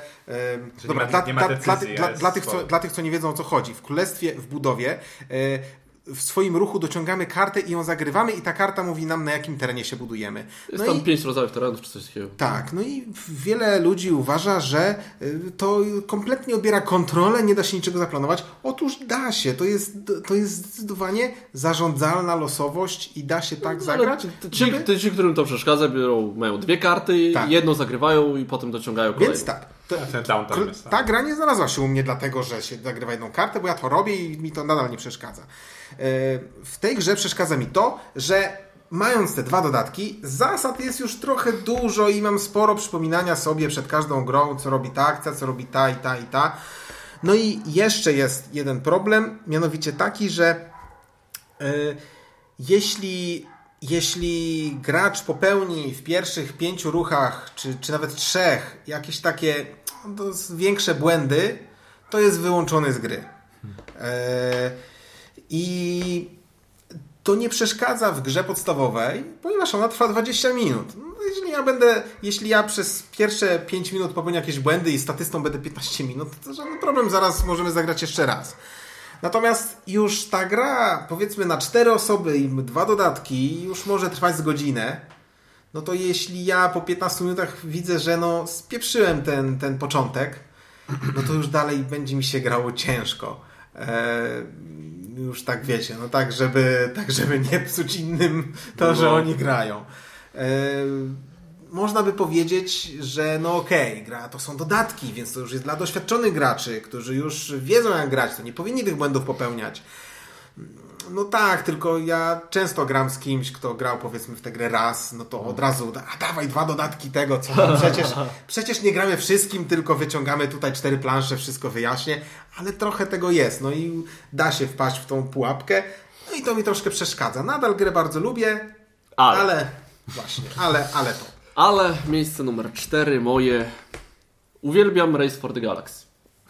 dla tych, co nie wiedzą, o co chodzi. W Królestwie w budowie w swoim ruchu dociągamy kartę i ją zagrywamy i ta karta mówi nam, na jakim terenie się budujemy. Jest tam 5 rodzajów terenów czy coś takiego. Tak, no i wiele ludzi uważa, że to kompletnie obiera kontrolę, nie da się niczego zaplanować. Otóż da się, to jest zdecydowanie zarządzalna losowość i da się tak zagrać. Ci, którym to przeszkadza, mają 2 karty, jedną zagrywają i potem dociągają kolejną. Więc tak. Ta gra nie znalazła się u mnie dlatego, że się zagrywa jedną kartę, bo ja to robię i mi to nadal nie przeszkadza. W tej grze przeszkadza mi to, że mając te 2 dodatki, zasad jest już trochę dużo i mam sporo przypominania sobie przed każdą grą, co robi ta akcja, co robi ta i ta i ta. No i jeszcze jest jeden problem, mianowicie taki, że jeśli gracz popełni w pierwszych 5 ruchach, czy nawet 3 jakieś takie większe błędy, to jest wyłączony z gry. I to nie przeszkadza w grze podstawowej, ponieważ ona trwa 20 minut. Jeśli ja przez pierwsze 5 minut popełnię jakieś błędy i statystą będę 15 minut, to żaden problem, zaraz możemy zagrać jeszcze raz. Natomiast już ta gra, powiedzmy na 4 osoby i 2 dodatki, już może trwać z godzinę, no to jeśli ja po 15 minutach widzę, że spieprzyłem ten początek, no to już dalej będzie mi się grało ciężko. Już tak wiecie, żeby nie psuć innym to, że oni grają. Można by powiedzieć, że gra to są dodatki, więc to już jest dla doświadczonych graczy, którzy już wiedzą jak grać, to nie powinni tych błędów popełniać. No tak, tylko ja często gram z kimś, kto grał powiedzmy w tę grę raz, no to od razu, dawaj 2 dodatki tego, co przecież nie gramy wszystkim, tylko wyciągamy tutaj 4 plansze, wszystko wyjaśnię, ale trochę tego jest, no i da się wpaść w tą pułapkę, no i to mi troszkę przeszkadza. Nadal grę bardzo lubię, ale to. Ale miejsce numer 4 moje. Uwielbiam Race for the Galaxy.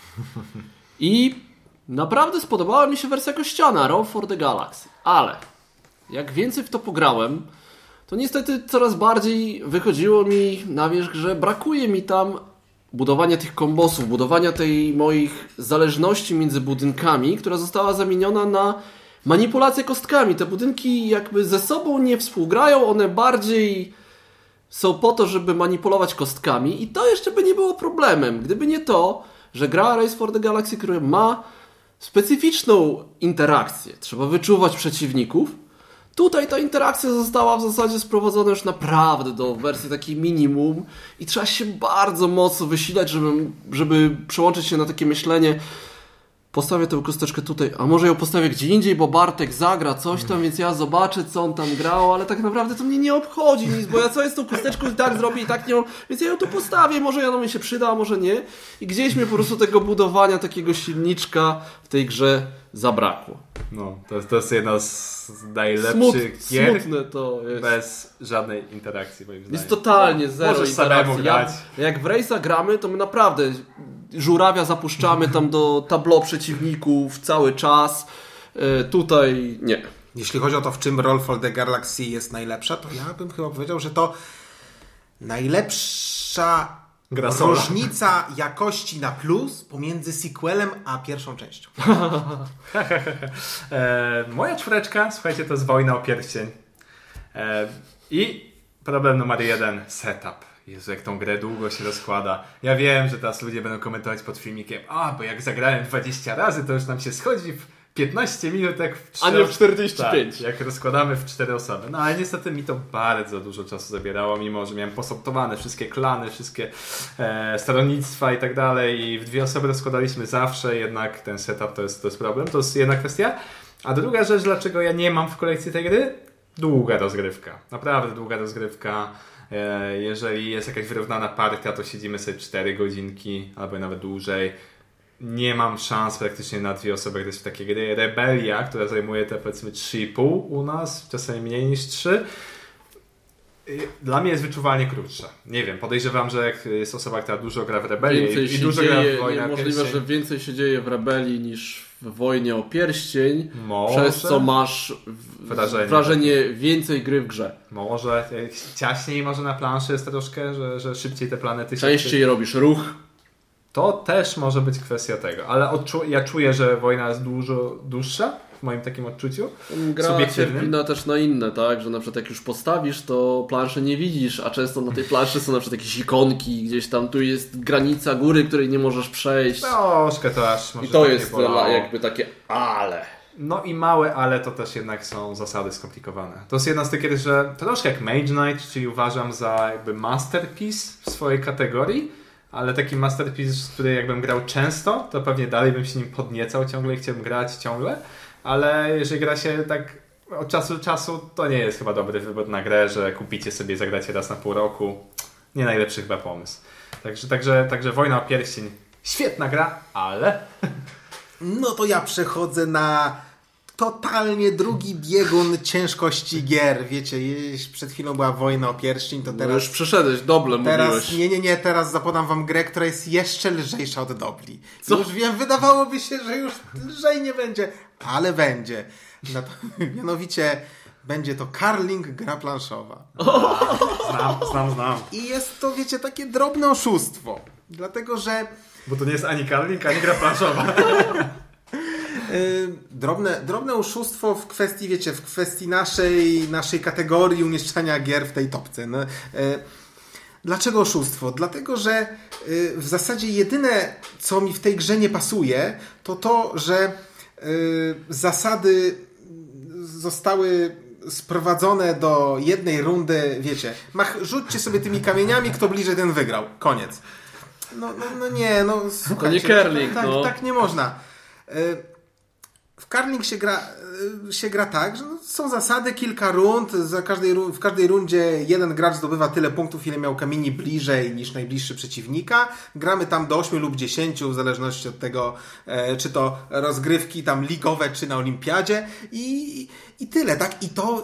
I naprawdę spodobała mi się wersja kościana Race for the Galaxy. Ale jak więcej w to pograłem, to niestety coraz bardziej wychodziło mi na wierzch, że brakuje mi tam budowania tych kombosów, budowania tej moich zależności między budynkami, która została zamieniona na manipulację kostkami. Te budynki jakby ze sobą nie współgrają, one bardziej są po to, żeby manipulować kostkami i to jeszcze by nie było problemem. Gdyby nie to, że gra Race for the Galaxy, która ma specyficzną interakcję, trzeba wyczuwać przeciwników. Tutaj ta interakcja została w zasadzie sprowadzona już naprawdę do wersji takiej minimum i trzeba się bardzo mocno wysilać, żeby przełączyć się na takie myślenie: postawię tę kosteczkę tutaj, a może ją postawię gdzie indziej, bo Bartek zagra coś tam, więc ja zobaczę, co on tam grał, ale tak naprawdę to mnie nie obchodzi nic, bo ja co jest tą kosteczką i tak zrobię i tak nie, więc ja ją tu postawię, może ona mi się przyda, a może nie. I gdzieś mi po prostu tego budowania, takiego silniczka w tej grze zabrakło. No, to jest jedna z najlepszych gier. Smutne to jest. Bez żadnej interakcji, moim zdaniem. Jest totalnie zero Możesz interakcji. samemu grać. Jak w Race'a gramy, to my naprawdę żurawia zapuszczamy tam do tableau przeciwników cały czas. Tutaj nie. Jeśli chodzi o to, w czym Roll for the Galaxy jest najlepsza, to ja bym chyba powiedział, że to najlepsza różnica jakości na plus pomiędzy sequelem a pierwszą częścią. Moja 4, słuchajcie, to jest Wojna o Pierścień. I problem numer 1, setup. Jezu, jak tą grę długo się rozkłada. Ja wiem, że teraz ludzie będą komentować pod filmikiem, bo jak zagrałem 20 razy, to już nam się schodzi w 15 minut, jak w 4... A nie w 45. Tak, jak rozkładamy w 4 osoby. No ale niestety mi to bardzo dużo czasu zabierało, mimo że miałem posortowane wszystkie klany, wszystkie stronnictwa i tak dalej i w 2 osoby rozkładaliśmy zawsze, jednak ten setup to jest problem. To jest jedna kwestia. A druga rzecz, dlaczego ja nie mam w kolekcji tej gry? Długa rozgrywka. Naprawdę długa rozgrywka. Jeżeli jest jakaś wyrównana partia, to siedzimy sobie 4 godzinki albo nawet dłużej. Nie mam szans praktycznie na 2 osoby grać w takie gry. Rebelia, która zajmuje te powiedzmy 3,5 u nas, czasami mniej niż 3, dla mnie jest wyczuwalnie krótsza. Nie wiem, podejrzewam, że jak jest osoba, która dużo gra w Rebelii i dużo gra w Wojnie o Pierścień. Możliwe, że więcej się dzieje w Rebelii niż w Wojnie o Pierścień, przez co masz wrażenie więcej gry w grze. Może ciaśniej może na planszy jest troszkę, że szybciej te planety się... Częściej robisz ruch. To też może być kwestia tego, ale ja czuję, że wojna jest dużo dłuższa w moim takim odczuciu. Gra cierpina też na inne, tak? Że na przykład jak już postawisz, to planszę nie widzisz, a często na tej planszy są na przykład jakieś ikonki, gdzieś tam tu jest granica góry, której nie możesz przejść. Troszkę to aż może. I to jest jakby takie ale. No i małe, ale to też jednak są zasady skomplikowane. To jest jedna z tych, że troszkę jak Mage Knight, czyli uważam za jakby masterpiece w swojej kategorii, ale taki masterpiece, który jakbym grał często, to pewnie dalej bym się nim podniecał ciągle i chciałbym grać ciągle, ale jeżeli gra się tak od czasu do czasu, to nie jest chyba dobry wybór na grę, że kupicie sobie i zagracie raz na pół roku. Nie najlepszy chyba pomysł. Także Wojna o Pierścień, świetna gra, ale... No to ja przechodzę na totalnie drugi biegun ciężkości gier. Wiecie, przed chwilą była Wojna o Pierścień, to teraz... No już przeszedłeś, Doble mówiłeś. Nie, teraz zapodam wam grę, która jest jeszcze lżejsza od Dobli. Co? Już wiem, wydawałoby się, że już lżej nie będzie, ale będzie. Mianowicie będzie to Carling, gra planszowa. Znam. I jest to, wiecie, takie drobne oszustwo. Dlatego, że... Bo to nie jest ani Carling, ani gra planszowa. Drobne oszustwo w kwestii, wiecie, w kwestii naszej kategorii umieszczania gier w tej topce. No, dlaczego oszustwo? Dlatego, że w zasadzie jedyne, co mi w tej grze nie pasuje, to, że zasady zostały sprowadzone do jednej rundy, wiecie, rzućcie sobie tymi kamieniami, kto bliżej, ten wygrał. Koniec. Nie, słuchajcie. To nie curling, tak nie można. W curling się gra tak, że są zasady, kilka rund, w każdej rundzie jeden gracz zdobywa tyle punktów, ile miał kamieni bliżej niż najbliższy przeciwnika. Gramy tam do 8 lub 10, w zależności od tego, czy to rozgrywki tam ligowe, czy na olimpiadzie i tyle, tak?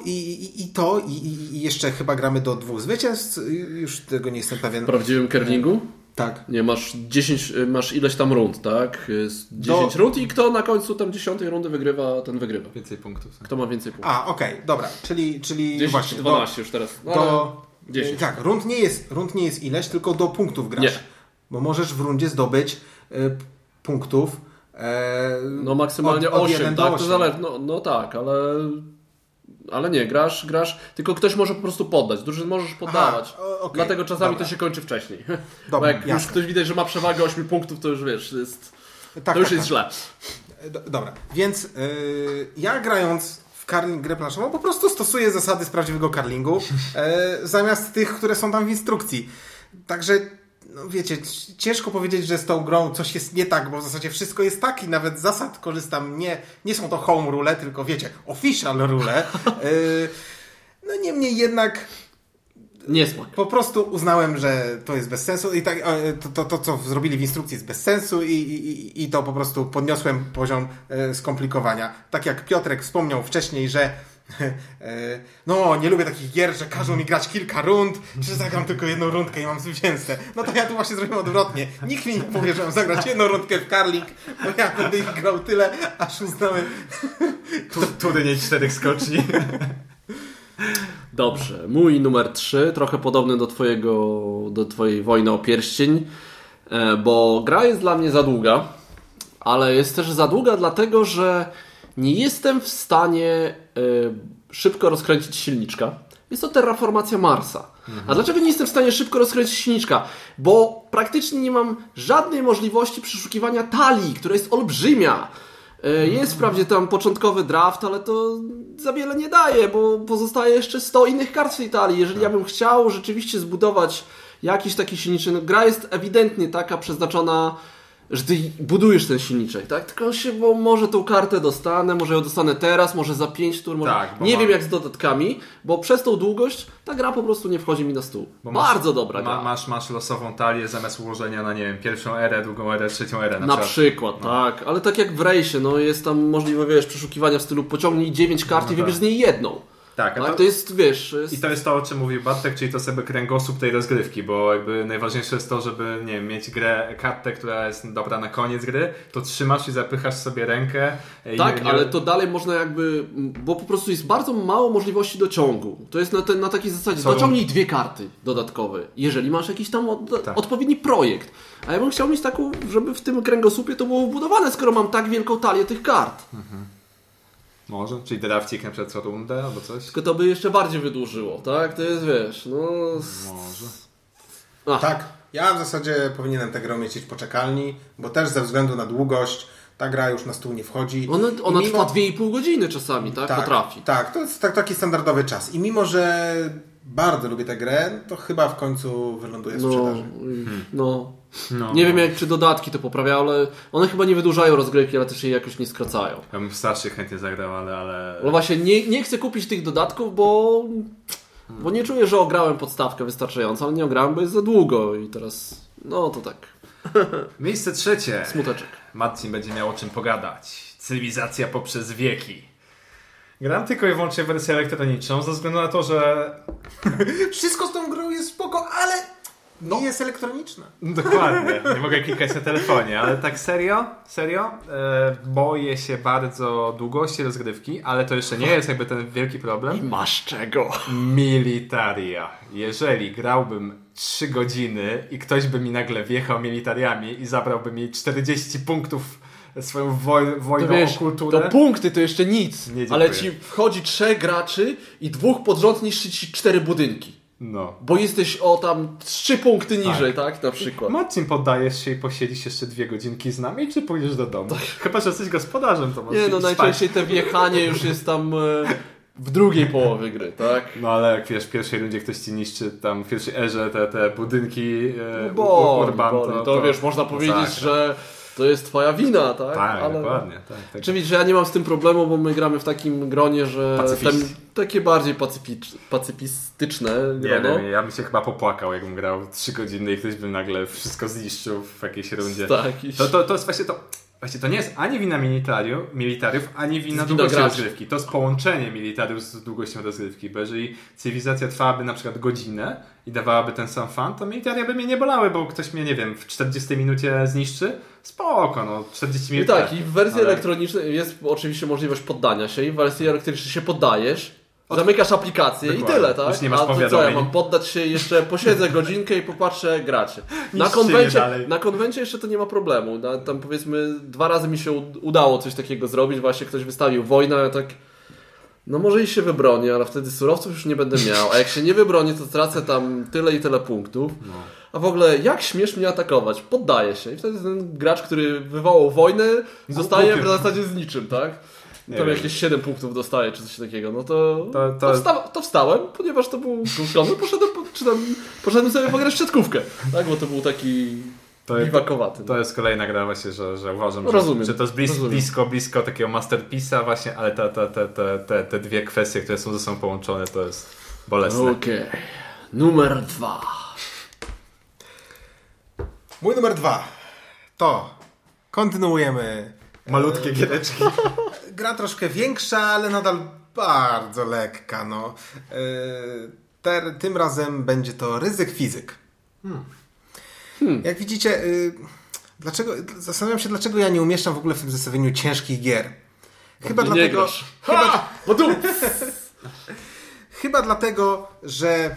I jeszcze chyba gramy do 2 zwycięstw, już tego nie jestem pewien. W prawdziwym curlingu? Tak. Nie, masz ileś tam rund, tak? Jest 10 rund i kto na końcu tam 10 rundy wygrywa, ten wygrywa. Więcej punktów. Kto ma więcej punktów. Okej, dobra. Czyli 10 właśnie 12 już teraz. Do 10. Tak, rund nie jest ileś, tylko do punktów grasz. Nie. Bo możesz w rundzie zdobyć punktów no maksymalnie od 8, 1 do tak? 8. To zależy. No tak, ale nie, grasz, tylko ktoś może po prostu poddać. Dużo możesz poddawać. Okay, dlatego czasami dobra. to się kończy wcześniej. Dobra, bo jak jasne. już ktoś widać, że ma przewagę 8 punktów, to już wiesz, jest źle. Dobra, więc ja grając w curling grę planszową po prostu stosuję zasady z prawdziwego curlingu zamiast tych, które są tam w instrukcji. Także wiecie, ciężko powiedzieć, że z tą grą coś jest nie tak, bo w zasadzie wszystko jest tak i nawet z zasad korzystam. Nie są to home rule, tylko wiecie, official rule. Niemniej jednak niesmak. Po prostu uznałem, że to jest bez sensu i tak, to co zrobili w instrukcji jest bez sensu i to po prostu podniosłem poziom skomplikowania. Tak jak Piotrek wspomniał wcześniej, że nie lubię takich gier, że każą mi grać kilka rund, że zagram tylko jedną rundkę i mam zwycięzcę. No to ja tu właśnie zrobiłem odwrotnie. Nikt mi nie powie, że mam zagrać jedną rundkę w curling, bo ja będę ich grał tyle, aż uznałem... Tudy nie 4 skoczni. Dobrze, mój numer 3, trochę podobny do twojej Wojny o Pierścień, bo gra jest dla mnie za długa, ale jest też za długa dlatego, że nie jestem w stanie szybko rozkręcić silniczka. Jest to terraformacja Marsa. A dlaczego nie jestem w stanie szybko rozkręcić silniczka? Bo praktycznie nie mam żadnej możliwości przeszukiwania talii, która jest olbrzymia. Jest wprawdzie tam początkowy draft, ale to za wiele nie daje, bo pozostaje jeszcze 100 innych kart w tej talii. Jeżeli ja bym chciał rzeczywiście zbudować jakiś taki silniczek, no gra jest ewidentnie taka przeznaczona, że ty budujesz ten silniczek, tak? Tylko bo może tą kartę dostanę, może ją dostanę teraz, może za 5 tur, może... nie wiem jak z dodatkami, bo przez tą długość ta gra po prostu nie wchodzi mi na stół. Bardzo dobra gra. Masz losową talię zamiast ułożenia na, nie wiem, pierwszą erę, drugą erę, trzecią erę. Na przykład, tak. Ale tak jak w rejsie, no jest tam możliwe, wiesz, przeszukiwania w stylu pociągnij 9 kart i wybierz z niej jedną. Tak, to jest, wiesz... I to jest to, o czym mówił Bartek, czyli to sobie kręgosłup tej rozgrywki, bo jakby najważniejsze jest to, żeby, nie wiem, mieć kartę, która jest dobra na koniec gry, to trzymasz i zapychasz sobie rękę. Tak, ale to dalej można jakby, bo po prostu jest bardzo mało możliwości dociągu. To jest na takiej zasadzie, dociągnij 2 karty dodatkowe, jeżeli masz jakiś tam odpowiedni projekt. A ja bym chciał mieć taką, żeby w tym kręgosłupie to było wbudowane, skoro mam tak wielką talię tych kart. Może, czyli drafcik na przykład co rundę albo coś? Tylko to by jeszcze bardziej wydłużyło, tak? To jest, wiesz, no... Może. Tak, ja w zasadzie powinienem tę grę umieścić w poczekalni, bo też ze względu na długość ta gra już na stół nie wchodzi. Ona trwa 2,5 godziny czasami, tak? Potrafi. Tak, to jest taki standardowy czas. I mimo, że bardzo lubię tę grę, to chyba w końcu wyląduje w sprzedaży. Nie wiem czy dodatki to poprawiają, ale one chyba nie wydłużają rozgrywki, ale też jej jakoś nie skracają. Ja bym starszy chętnie zagrał, ale... No właśnie, nie chcę kupić tych dodatków, bo nie czuję, że ograłem podstawkę wystarczająco, ale nie ograłem, bo jest za długo i teraz, no to tak. Miejsce 3. Smuteczek. Marcin będzie miał o czym pogadać. Cywilizacja poprzez wieki. Gram tylko i wyłącznie wersję elektroniczną, ze względu na to, że... Wszystko z tą grą jest spoko, ale nie jest elektroniczna. Dokładnie. Nie mogę klikać na telefonie, ale tak serio, boję się bardzo długości rozgrywki, ale to jeszcze nie jest jakby ten wielki problem. I masz czego? Militaria. Jeżeli grałbym 3 godziny i ktoś by mi nagle wjechał militariami i zabrałby mi 40 punktów swoją wojną o kulturę. To punkty to jeszcze nic, nie, ale ci wchodzi 3 graczy i 2 pod rząd niszczy ci 4 budynki. No. Bo jesteś o tam 3 punkty niżej, tak? Na przykład. Marcin, poddajesz się i posiedzisz jeszcze 2 godzinki z nami, czy pójdziesz do domu? Tak. Chyba, że jesteś gospodarzem, to możesz nie, najczęściej te wjechanie już jest tam w drugiej połowie gry, tak? No ale jak wiesz, w pierwszej rundzie ktoś ci niszczy tam w pierwszej erze te budynki Urban, to wiesz, można powiedzieć, że to jest twoja wina, tak? Tak, ale... dokładnie. Tak. Czyli, że ja nie mam z tym problemu, bo my gramy w takim gronie, że takie bardziej pacyfistyczne grono. Nie wiem, ja bym się chyba popłakał, jakbym grał 3 godziny i ktoś by nagle wszystko zniszczył w jakiejś rundzie. Tak. To jest właśnie to... Właściwie to nie jest ani wina militariów, ani wina długości rozgrywki. To jest połączenie militariów z długością rozgrywki, bo jeżeli cywilizacja trwałaby na przykład godzinę i dawałaby ten sam fan, to militaria by mnie nie bolały, bo ktoś mnie, nie wiem, w 40 minucie zniszczy. Spoko, 40 minut. I tak, i w wersji elektronicznej jest oczywiście możliwość poddania się i w wersji elektronicznej się poddajesz, zamykasz aplikację i tyle, tak? Już nie masz powiadomień. Co, ja mam poddać się jeszcze, posiedzę godzinkę i popatrzę jak gracie. Na konwencie jeszcze to nie ma problemu. Tam powiedzmy 2 razy mi się udało coś takiego zrobić, właśnie ktoś wystawił wojnę, ja tak może i się wybronię, ale wtedy surowców już nie będę miał, a jak się nie wybronię, to tracę tam tyle i tyle punktów. A w ogóle jak śmiesz mnie atakować? Poddaję się. I wtedy ten gracz, który wywołał wojnę, zostaje w zasadzie z niczym, tak? Tam jakieś 7 punktów dostaje, czy coś takiego. No to wstałem, ponieważ to był kupiony, poszedłem sobie pograć w siatkówkę. Tak, bo to był taki biwakowaty. To jest kolejna gra właśnie, że uważam, że to jest blisko takiego masterpiece'a właśnie, ale te 2 kwestie, które są ze sobą połączone, to jest bolesne. Okej. Numer 2. Mój numer 2 to kontynuujemy malutkie giereczki. Gra troszkę większa, ale nadal bardzo lekka. Tym razem będzie to Ryzyk Fizyk. Jak widzicie, zastanawiam się, dlaczego ja nie umieszczam w ogóle w tym zestawieniu ciężkich gier. Chyba dlatego, że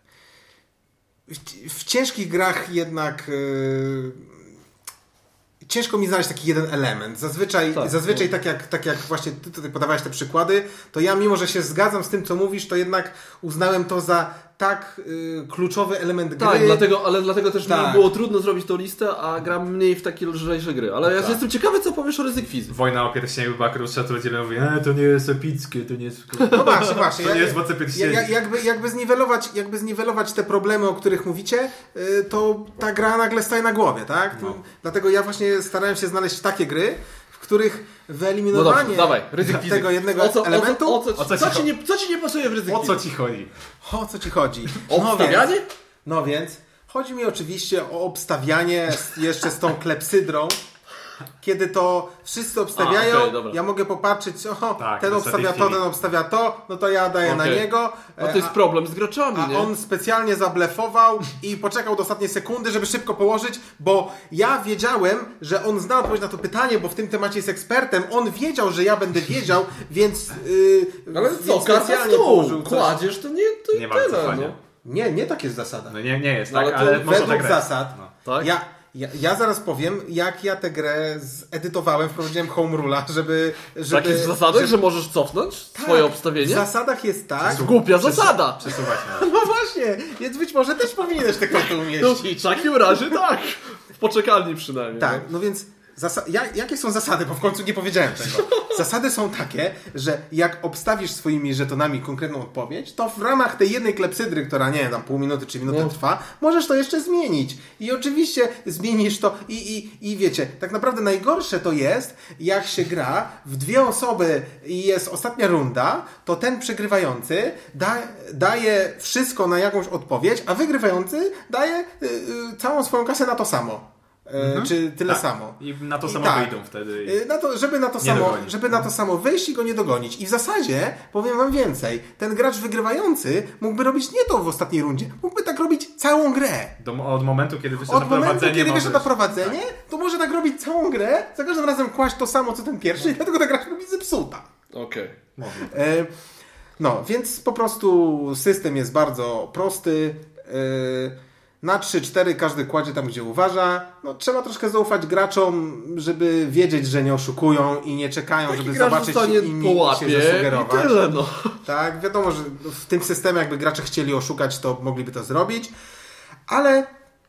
w ciężkich grach jednak ciężko mi znaleźć taki jeden element. Zazwyczaj tak jak właśnie ty tutaj podawałeś te przykłady, to ja mimo, że się zgadzam z tym, co mówisz, to jednak uznałem to za tak kluczowy element gry. Tak, dlatego też mi było trudno zrobić tą listę, a gram mniej w takie lżejsze gry. Ale ja jestem ciekawy, co powiesz o Ryzyk Fizy. Wojna o pierścienie była krótsza, to ludzie mówią, to nie jest epickie, to nie jest... No właśnie. To nie jest Władca Pierścieni. Jakby zniwelować te problemy, o których mówicie, to ta gra nagle staje na głowie, tak? Dlatego ja właśnie starałem się znaleźć takie gry, w których wyeliminowanie tego jednego elementu... Co ci nie pasuje w Ryzyk Fizy? O co ci chodzi? O co ci chodzi? O obstawianie? No więc chodzi mi oczywiście o obstawianie jeszcze z tą klepsydrą. Kiedy to wszyscy obstawiają, ja mogę popatrzeć, ten obstawia to, no to ja daję na niego. A to jest problem z graczami, nie? On specjalnie zablefował i poczekał do ostatniej sekundy, żeby szybko położyć, bo ja wiedziałem, że on zna odpowiedź na to pytanie, bo w tym temacie jest ekspertem. On wiedział, że ja będę wiedział, więc ale co, specjalnie położył coś. Kładziesz, to nie ma tyle, cofania. Nie tak jest zasada. No nie jest, tak, ale według zasad. Tak? Ja zaraz powiem, jak ja tę grę zedytowałem, wprowadziłem home rula, żeby... Tak jest w zasadach, że możesz cofnąć swoje obstawienie? W zasadach jest tak. Głupia zasada! Przesuwać. No właśnie, więc być może też powinieneś te karty umieścić. W takim razie tak. W poczekalni przynajmniej. Tak, no więc jakie są zasady, bo w końcu nie powiedziałem tego. Zasady są takie, że jak obstawisz swoimi żetonami konkretną odpowiedź, to w ramach tej jednej klepsydry, która nie wiem, tam pół minuty czy minutę trwa, możesz to jeszcze zmienić. I oczywiście zmienisz to i wiecie, tak naprawdę najgorsze to jest, jak się gra w dwie osoby i jest ostatnia runda, to ten przegrywający daje wszystko na jakąś odpowiedź, a wygrywający daje całą swoją kasę na to samo. Czy tyle samo. I na to samo wyjdą wtedy. Żeby na to samo wyjść i go nie dogonić. I w zasadzie, powiem wam więcej, ten gracz wygrywający mógłby robić nie to w ostatniej rundzie. Mógłby tak robić całą grę. Od momentu, kiedy wyszedł na prowadzenie, to może tak robić całą grę, za każdym razem kłaść to samo, co ten pierwszy i dlatego ta gra robi zepsuta. Okej. No, więc po prostu system jest bardzo prosty. Na 3-4 każdy kładzie tam, gdzie uważa. No, trzeba troszkę zaufać graczom, żeby wiedzieć, że nie oszukują i nie czekają, żeby zobaczyć inni i się zasugerować. I tyle, no. Tak, wiadomo, że w tym systemie jakby gracze chcieli oszukać, to mogliby to zrobić. Ale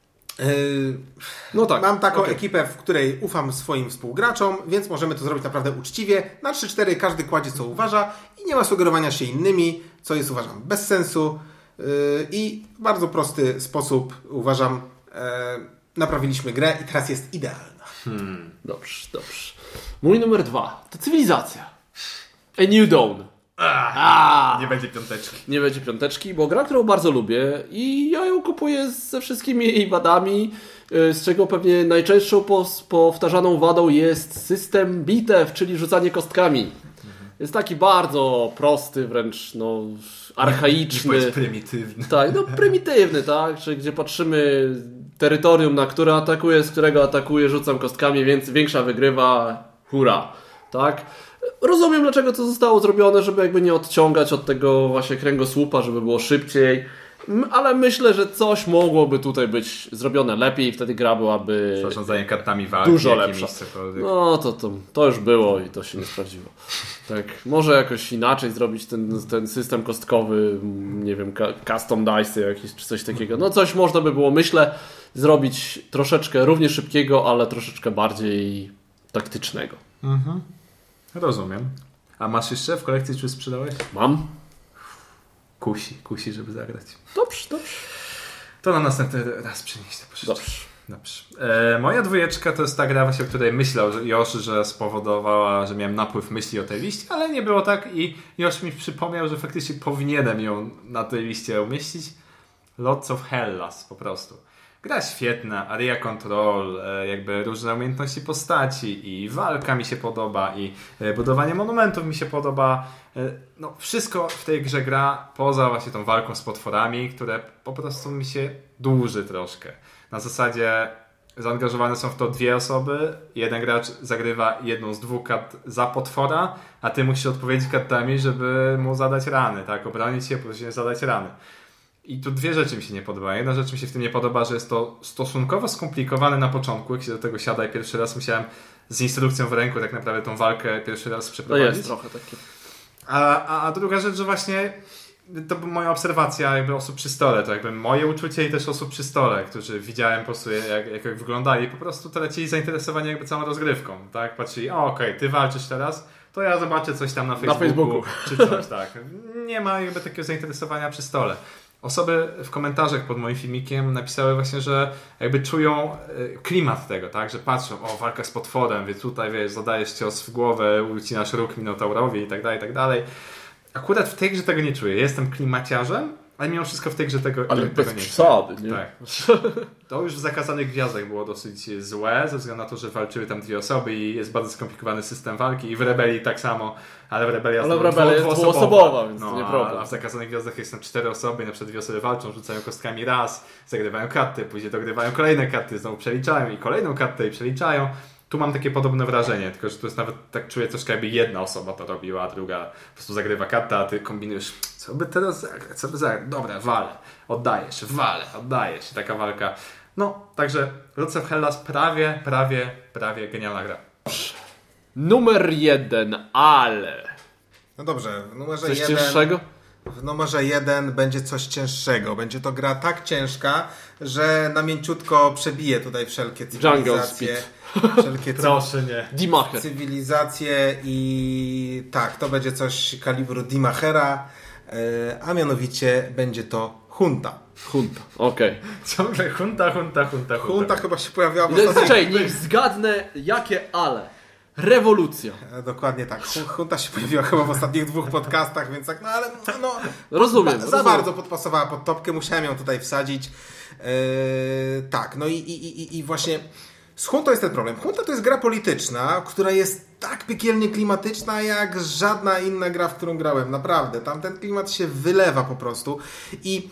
mam taką ekipę, w której ufam swoim współgraczom, więc możemy to zrobić naprawdę uczciwie. Na 3-4 każdy kładzie, co uważa i nie ma sugerowania się innymi, co jest, uważam, bez sensu. I w bardzo prosty sposób, uważam, naprawiliśmy grę i teraz jest idealna. Dobrze. Mój numer 2 to Cywilizacja. A New Dawn. Nie będzie piąteczki. Nie będzie piąteczki, bo gra, którą bardzo lubię i ja ją kupuję ze wszystkimi jej wadami, z czego pewnie najczęstszą powtarzaną wadą jest system bitew, czyli rzucanie kostkami. Jest taki bardzo prosty, wręcz archaiczny. Jest prymitywny. Tak, prymitywny, tak? Czyli gdzie patrzymy terytorium, na które atakuje, z którego atakuje, rzucam kostkami, więc większa wygrywa, hura, tak? Rozumiem, dlaczego to zostało zrobione, żeby jakby nie odciągać od tego właśnie kręgosłupa, żeby było szybciej, ale myślę, że coś mogłoby tutaj być zrobione lepiej i wtedy gra byłaby zarządzanie kartami walki dużo lepsza. No to już było i to się nie sprawdziło. Tak, może jakoś inaczej zrobić ten system kostkowy, nie wiem, custom dice jakiś czy coś takiego. No coś można by było, myślę, zrobić troszeczkę równie szybkiego, ale troszeczkę bardziej taktycznego. Rozumiem. A masz jeszcze w kolekcji, czy sprzedałeś? Mam. Kusi, żeby zagrać. Dobrze. To na następny raz przynieś te pożyczki. Dobrze. Moja dwójeczka to jest ta gra, właśnie o której myślał Josh, że spowodowała, że miałem napływ myśli o tej liście, ale nie było tak i Josh mi przypomniał, że faktycznie powinienem ją na tej liście umieścić. Lords of Hellas po prostu. Gra świetna, area control, jakby różne umiejętności postaci i walka mi się podoba i budowanie monumentów mi się podoba. No, wszystko w tej grze gra poza właśnie tą walką z potworami, które po prostu mi się dłuży troszkę. Na zasadzie zaangażowane są w to dwie osoby, jeden gracz zagrywa jedną z dwóch kart za potwora, a ty musisz odpowiedzieć kartami, żeby mu zadać rany, tak? Obronić się, później zadać rany. I tu dwie rzeczy mi się nie podobają. Jedna rzecz mi się w tym nie podoba, że jest to stosunkowo skomplikowane na początku, jak się do tego siada i pierwszy raz musiałem z instrukcją w ręku tak naprawdę tą walkę pierwszy raz przeprowadzić. To jest trochę takie. A druga rzecz, że właśnie to była moja obserwacja jakby osób przy stole, to jakby moje uczucie i też osób przy stole, którzy widziałem po prostu jak wyglądali, po prostu tracili zainteresowanie jakby całą rozgrywką, tak? Patrzyli, okej, ty walczysz teraz, to ja zobaczę coś tam na Facebooku. Czy coś, tak. Nie ma jakby takiego zainteresowania przy stole. Osoby w komentarzach pod moim filmikiem napisały właśnie, że jakby czują klimat tego, tak? Że patrzą, walka z potworem, więc tutaj wiesz, zadajesz cios w głowę, ucinasz róg Minotaurowi i tak dalej. Akurat w tej grze tego nie czuję. Jestem klimaciarzem, ale mimo wszystko w tej grze tego ale tego bez nie przesady, czuję. nie? Tak. To już w Zakazanych Gwiazdach było dosyć złe, ze względu na to, że walczyły tam dwie osoby i jest bardzo skomplikowany system walki i w Rebelii tak samo, ale w Rebelii jest dwuosobowa, więc to nie problem. A w Zakazanych Gwiazdach jest tam 4 osoby i na przykład 2 osoby walczą, rzucają kostkami raz, zagrywają karty, później dogrywają kolejne karty, znowu przeliczają i kolejną kartę i przeliczają. Tu mam takie podobne wrażenie, tylko że tu jest nawet tak czuję troszkę jakby jedna osoba to robiła, a druga po prostu zagrywa kartę, a ty kombinujesz, co by teraz zagrać, dobra, walę, oddajesz, oddajesz, taka walka. No, także Lords of Hellas prawie genialna gra. Numer 1, ale... No dobrze, w numerze coś 1... cięższego? W numerze 1 będzie coś cięższego. Będzie to gra tak ciężka, że na mięciutko przebije tutaj wszelkie cywilizacje. Proszę nie. Dimacher. Cywilizacje i tak, to będzie coś kalibru Dimachera, a mianowicie będzie to Hunta. Hunta, okej. Ciągle Hunta. Hunta chyba się pojawiała w Zaczekaj, niech zgadnę jakie ale. Rewolucja. Dokładnie tak. Hunta się pojawiła chyba w ostatnich 2 podcastach, więc tak, no ale no, rozumiem. Za bardzo podpasowała pod topkę, musiałem ją tutaj wsadzić. Tak, no i właśnie z Huntą jest ten problem. Hunta to jest gra polityczna, która jest tak piekielnie klimatyczna jak żadna inna gra, w którą grałem. Naprawdę. Tam ten klimat się wylewa po prostu i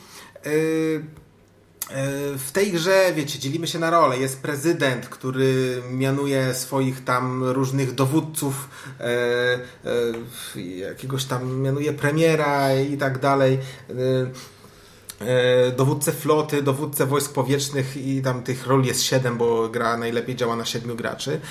w tej grze, wiecie, dzielimy się na role. Jest prezydent, który mianuje swoich tam różnych dowódców, jakiegoś tam mianuje premiera i tak dalej, dowódcę floty, dowódcę wojsk powietrznych i tam tych ról jest 7, bo gra najlepiej działa na 7 graczy.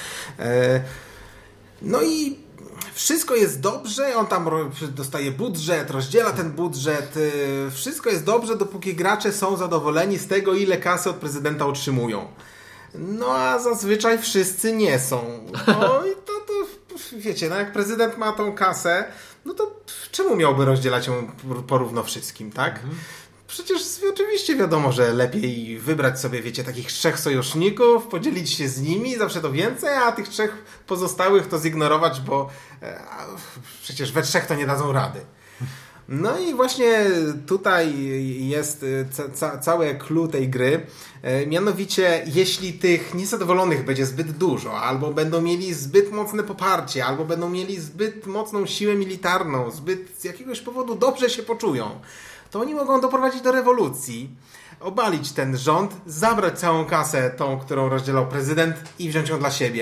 No i wszystko jest dobrze, on tam dostaje budżet, rozdziela ten budżet, wszystko jest dobrze, dopóki gracze są zadowoleni z tego, ile kasy od prezydenta otrzymują. No a zazwyczaj wszyscy nie są. No i to wiecie, no jak prezydent ma tą kasę, no to czemu miałby rozdzielać ją porówno wszystkim, tak? Przecież oczywiście wiadomo, że lepiej wybrać sobie, wiecie, takich 3 sojuszników, podzielić się z nimi, zawsze to więcej, a tych 3 pozostałych to zignorować, bo przecież we 3 to nie dadzą rady. No i właśnie tutaj jest całe clue tej gry. Mianowicie, jeśli tych niezadowolonych będzie zbyt dużo, albo będą mieli zbyt mocne poparcie, albo będą mieli zbyt mocną siłę militarną, zbyt z jakiegoś powodu dobrze się poczują, to oni mogą doprowadzić do rewolucji, obalić ten rząd, zabrać całą kasę, tą, którą rozdzielał prezydent i wziąć ją dla siebie.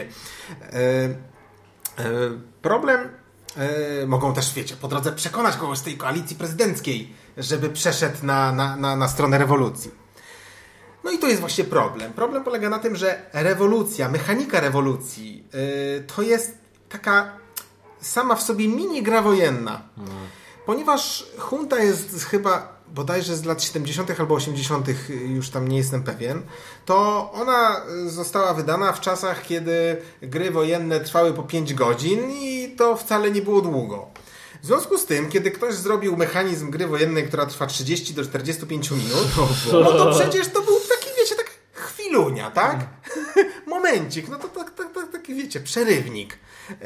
Problem mogą też, wiecie, po drodze przekonać kogoś z tej koalicji prezydenckiej, żeby przeszedł na stronę rewolucji. No i to jest właśnie problem. Problem polega na tym, że rewolucja, mechanika rewolucji to jest taka sama w sobie mini gra wojenna. Ponieważ Hunta jest chyba bodajże z lat 70. albo 80., już tam nie jestem pewien, to ona została wydana w czasach, kiedy gry wojenne trwały po 5 godzin i to wcale nie było długo. W związku z tym, kiedy ktoś zrobił mechanizm gry wojennej, która trwa 30 do 45 minut, no to przecież to był taki, wiecie, tak chwilunia, tak? Momencik, no to taki, wiecie, przerywnik.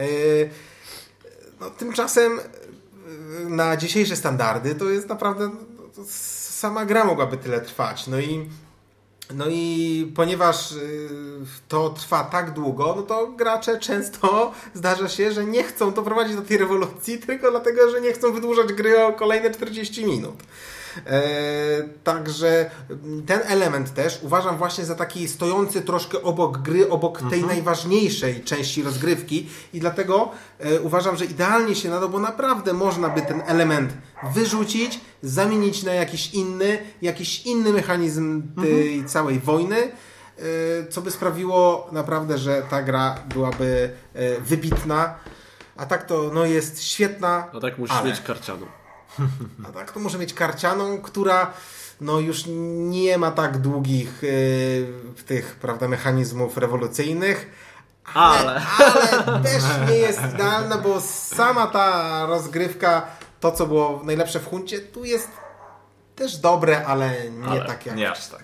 No tymczasem na dzisiejsze standardy to jest naprawdę sama gra mogłaby tyle trwać. No i ponieważ to trwa tak długo, no to gracze często zdarza się, że nie chcą doprowadzić do tej rewolucji tylko dlatego, że nie chcą wydłużać gry o kolejne 40 minut. Także ten element też uważam właśnie za taki stojący troszkę obok gry, obok tej najważniejszej części rozgrywki i dlatego uważam, że idealnie się nada, bo naprawdę można by ten element wyrzucić, zamienić na jakiś inny mechanizm tej całej wojny, co by sprawiło naprawdę, że ta gra byłaby wybitna. A tak to jest świetna. A tak musisz mieć karcianą. A tak to może mieć karcianą, która już nie ma tak długich tych, prawda, mechanizmów rewolucyjnych. Ale też nie jest idealna, bo sama ta rozgrywka, to co było najlepsze w Huncie, tu jest też dobre, ale nie tak jak... Nie aż tak.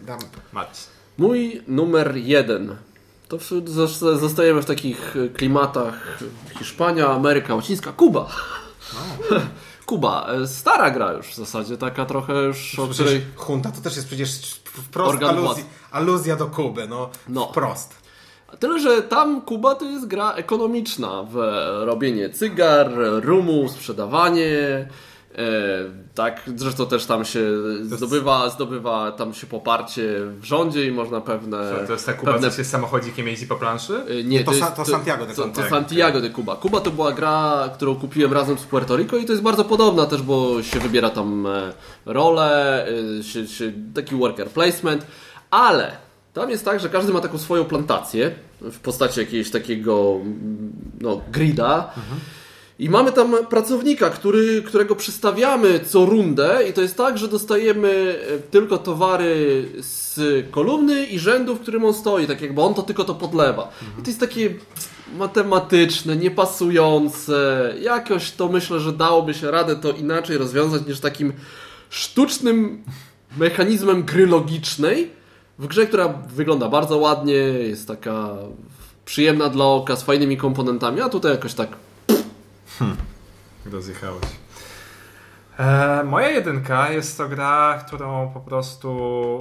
Mój numer 1. To zostajemy w takich klimatach Hiszpania, Ameryka Łacińska, Kuba. Kuba, stara gra już w zasadzie, taka trochę już... O której... Hunta to też jest przecież wprost aluzja do Kuby, wprost. Tyle, że tam Kuba to jest gra ekonomiczna w robienie cygar, rumu, sprzedawanie... tak, zresztą też tam się zdobywa tam się poparcie w rządzie i można pewne... To jest ta Kuba, co się samochodzikiem jeździ po planszy? Nie, to Santiago de Cuba. To Santiago de Cuba. Kuba to była gra, którą kupiłem razem z Puerto Rico i to jest bardzo podobna też, bo się wybiera tam rolę, taki worker placement, ale tam jest tak, że każdy ma taką swoją plantację w postaci jakiegoś takiego grida. I mamy tam pracownika, którego przystawiamy co rundę i to jest tak, że dostajemy tylko towary z kolumny i rzędu, w którym on stoi, tak jakby on to tylko to podlewa. I to jest takie matematyczne, niepasujące. Jakoś to myślę, że dałoby się radę to inaczej rozwiązać niż takim sztucznym mechanizmem gry logicznej w grze, która wygląda bardzo ładnie, jest taka przyjemna dla oka, z fajnymi komponentami, a tutaj jakoś tak rozjechałeś. Moja 1 jest to gra, którą po prostu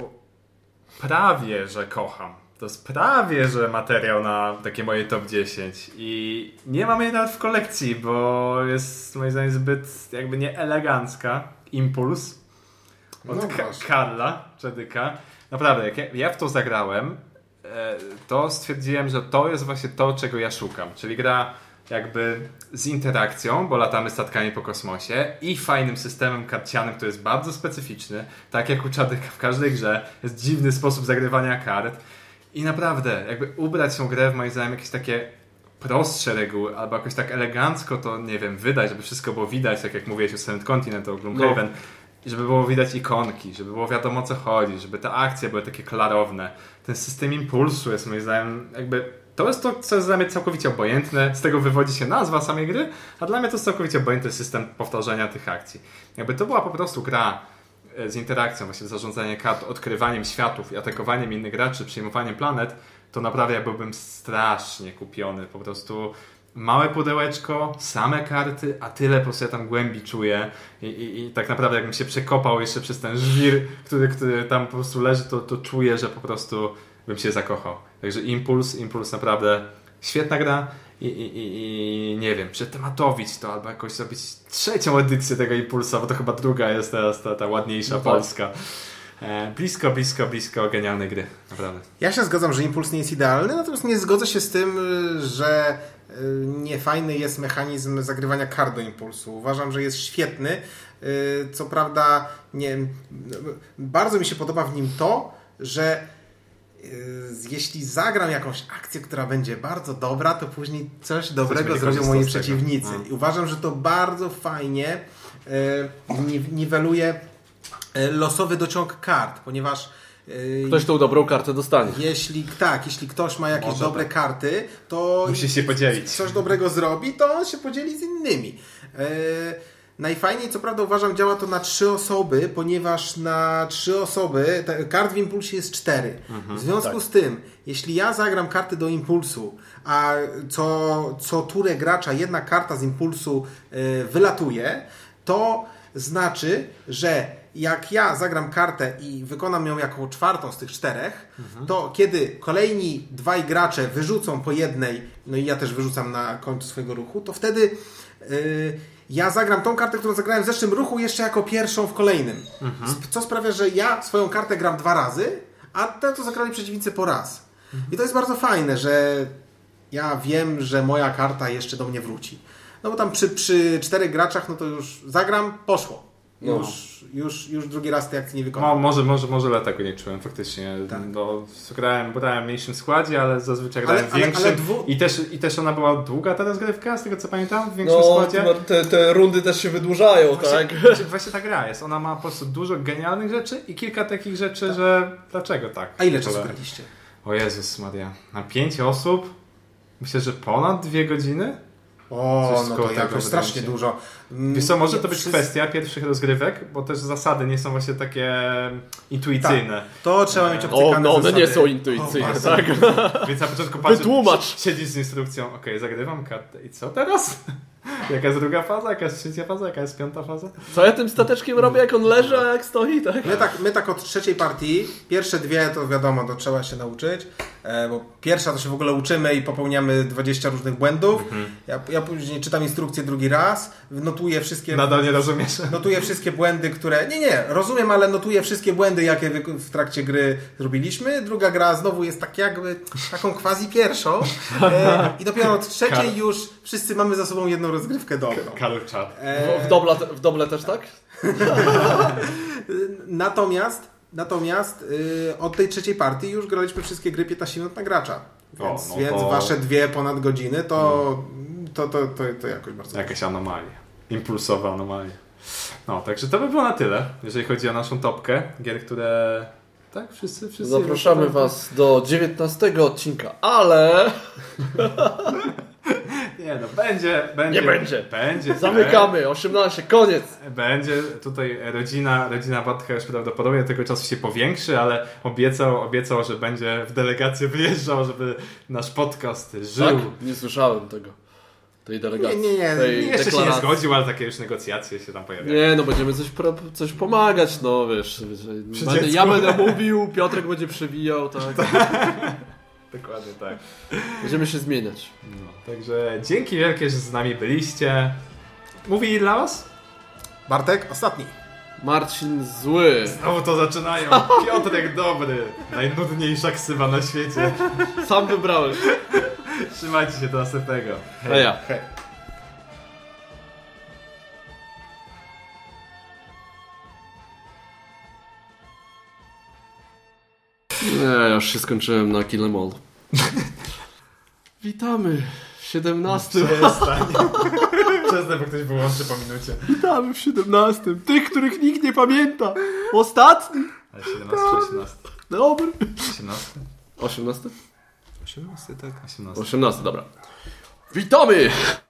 prawie, że kocham. To jest prawie, że materiał na takie moje top 10 i nie mam jej nawet w kolekcji, bo jest moim zdaniem zbyt jakby nieelegancka. Impuls od Karla Czedyka. Naprawdę, jak ja w to zagrałem, to stwierdziłem, że to jest właśnie to, czego ja szukam. Czyli gra jakby z interakcją, bo latamy statkami po kosmosie i fajnym systemem karcianym, który jest bardzo specyficzny, tak jak u Czadyka w każdej grze. Jest dziwny sposób zagrywania kart i naprawdę jakby ubrać tą grę w moim zdaniem jakieś takie prostsze reguły, albo jakoś tak elegancko to, nie wiem, wydać, żeby wszystko było widać, tak jak mówiłeś o Seventh Continent, o Gloomhaven, żeby było widać ikonki, żeby było wiadomo o co chodzi, żeby te akcje były takie klarowne. Ten system impulsu jest moim zdaniem jakby... To jest to, co jest dla mnie całkowicie obojętne. Z tego wywodzi się nazwa samej gry, a dla mnie to jest całkowicie obojętny system powtarzania tych akcji. Jakby to była po prostu gra z interakcją, właśnie zarządzaniem kart, odkrywaniem światów i atakowaniem innych graczy, przyjmowaniem planet, to naprawdę ja byłbym strasznie kupiony. Po prostu małe pudełeczko, same karty, a tyle po prostu ja tam głębi czuję i tak naprawdę jakbym się przekopał jeszcze przez ten żwir, który tam po prostu leży, to czuję, że po prostu bym się zakochał. Także Impuls naprawdę świetna gra i nie wiem, przetematowić to albo jakoś zrobić 3. edycję tego Impulsa, bo to chyba druga jest teraz ta ładniejsza polska. Blisko genialnej gry, naprawdę. Ja się zgadzam, że Impuls nie jest idealny, natomiast nie zgodzę się z tym, że niefajny jest mechanizm zagrywania kart do Impulsu. Uważam, że jest świetny. Co prawda bardzo mi się podoba w nim to, że jeśli zagram jakąś akcję, która będzie bardzo dobra, to później coś dobrego zrobią moi przeciwnicy. I uważam, że to bardzo fajnie niweluje losowy dociąg kart, ponieważ ktoś tą dobrą kartę dostanie. Jeśli ktoś ma jakieś dobre karty, to musi się podzielić. Coś dobrego zrobi, to on się podzieli z innymi. Najfajniej, co prawda uważam, działa to na 3 osoby, ponieważ na 3 osoby kart w Impulsie jest 4. W związku z tym, jeśli ja zagram karty do Impulsu, a co turę gracza jedna karta z Impulsu wylatuje, to znaczy, że jak ja zagram kartę i wykonam ją jako czwartą z tych 4, to kiedy kolejni 2 gracze wyrzucą po jednej, no i ja też wyrzucam na końcu swojego ruchu, to wtedy ja zagram tą kartę, którą zagrałem w zeszłym ruchu jeszcze jako pierwszą w kolejnym. Co sprawia, że ja swoją kartę gram 2 razy, a te to zagrali przeciwnicy po raz. I to jest bardzo fajne, że ja wiem, że moja karta jeszcze do mnie wróci. No bo tam przy 4 graczach, no to już zagram, poszło. Już drugi raz tej akcji nie wykonam. Może dlatego nie czułem faktycznie. Tak. Grałem w mniejszym składzie, ale zazwyczaj grałem w większym. I też ona była długa ta rozgrywka, z tego co pamiętam, w większym składzie. Te rundy też się wydłużają, tak? Właśnie ta gra jest. Ona ma po prostu dużo genialnych rzeczy i kilka takich rzeczy, że dlaczego tak? A ile czasu graliście? O Jezus Maria. Na 5 osób? Myślę, że ponad 2 godziny? No to jakoś strasznie dużo. Wiesz co, może to być kwestia pierwszych rozgrywek, bo też zasady nie są właśnie takie intuicyjne. Tak, to trzeba mieć obcykane one nie są intuicyjne, tak? Więc na początku patrzysz, wytłumacz. Siedzisz z instrukcją, zagrywam kartę i co teraz? Jaka jest druga faza, jaka jest trzecia faza, jaka jest 5. faza? Co ja tym stateczkiem robię, jak on leży, a jak stoi, tak? My tak od 3 partii, pierwsze 2 to wiadomo, to trzeba się nauczyć, bo pierwsza to się w ogóle uczymy i popełniamy 20 różnych błędów. Ja później czytam instrukcję drugi raz, notuję wszystkie... Nadal nie rozumiesz? Notuję wszystkie błędy, które... Nie, rozumiem, ale notuję wszystkie błędy, jakie w trakcie gry zrobiliśmy. Druga gra znowu jest tak jakby taką quasi pierwszą i dopiero od 3 już wszyscy mamy za sobą jedną rozgrywkę dobrą. Color Chat. W doble też tak? Natomiast od tej 3 partii już graliśmy wszystkie gry 15 minut na gracza. Więc wasze 2 ponad godziny to jakoś bardzo... Jakaś anomalia. Impulsowa anomalia. No, także to by było na tyle, jeżeli chodzi o naszą topkę gier, które... Tak, wszyscy zapraszamy Was do 19 odcinka, ale... Nie no, będzie. Nie będzie. Będzie. Zamykamy, 18, koniec. Będzie tutaj rodzina Bartka już prawdopodobnie tego czasu się powiększy, ale obiecał, że będzie w delegację wyjeżdżał, żeby nasz podcast żył. Tak? Nie słyszałem tego. Tej delegacji. Nie. Jeszcze się nie zgodził, ale takie już negocjacje się tam pojawiają. Nie, no będziemy coś pomagać, no wiesz. Ja będę mówił, Piotrek będzie przewijał, tak. Dokładnie tak. Będziemy się zmieniać. No, także dzięki wielkie, że z nami byliście. Mówi dla was? Bartek, ostatni. Marcin zły. Znowu to zaczynają. Piotrek dobry. Najnudniejsza ksywa na świecie. Sam wybrałem. Trzymajcie się do następnego. Hej. Hej. Ja już się skończyłem na Kill 'Em All. Witamy w 17. Przestań, bo ktoś wyłączy po minucie. Witamy w 17. Tych, których nikt nie pamięta. Ostatni. Ale 17 czy 18? Dobry. 18? 18? 18, tak. 18, dobra. Witamy!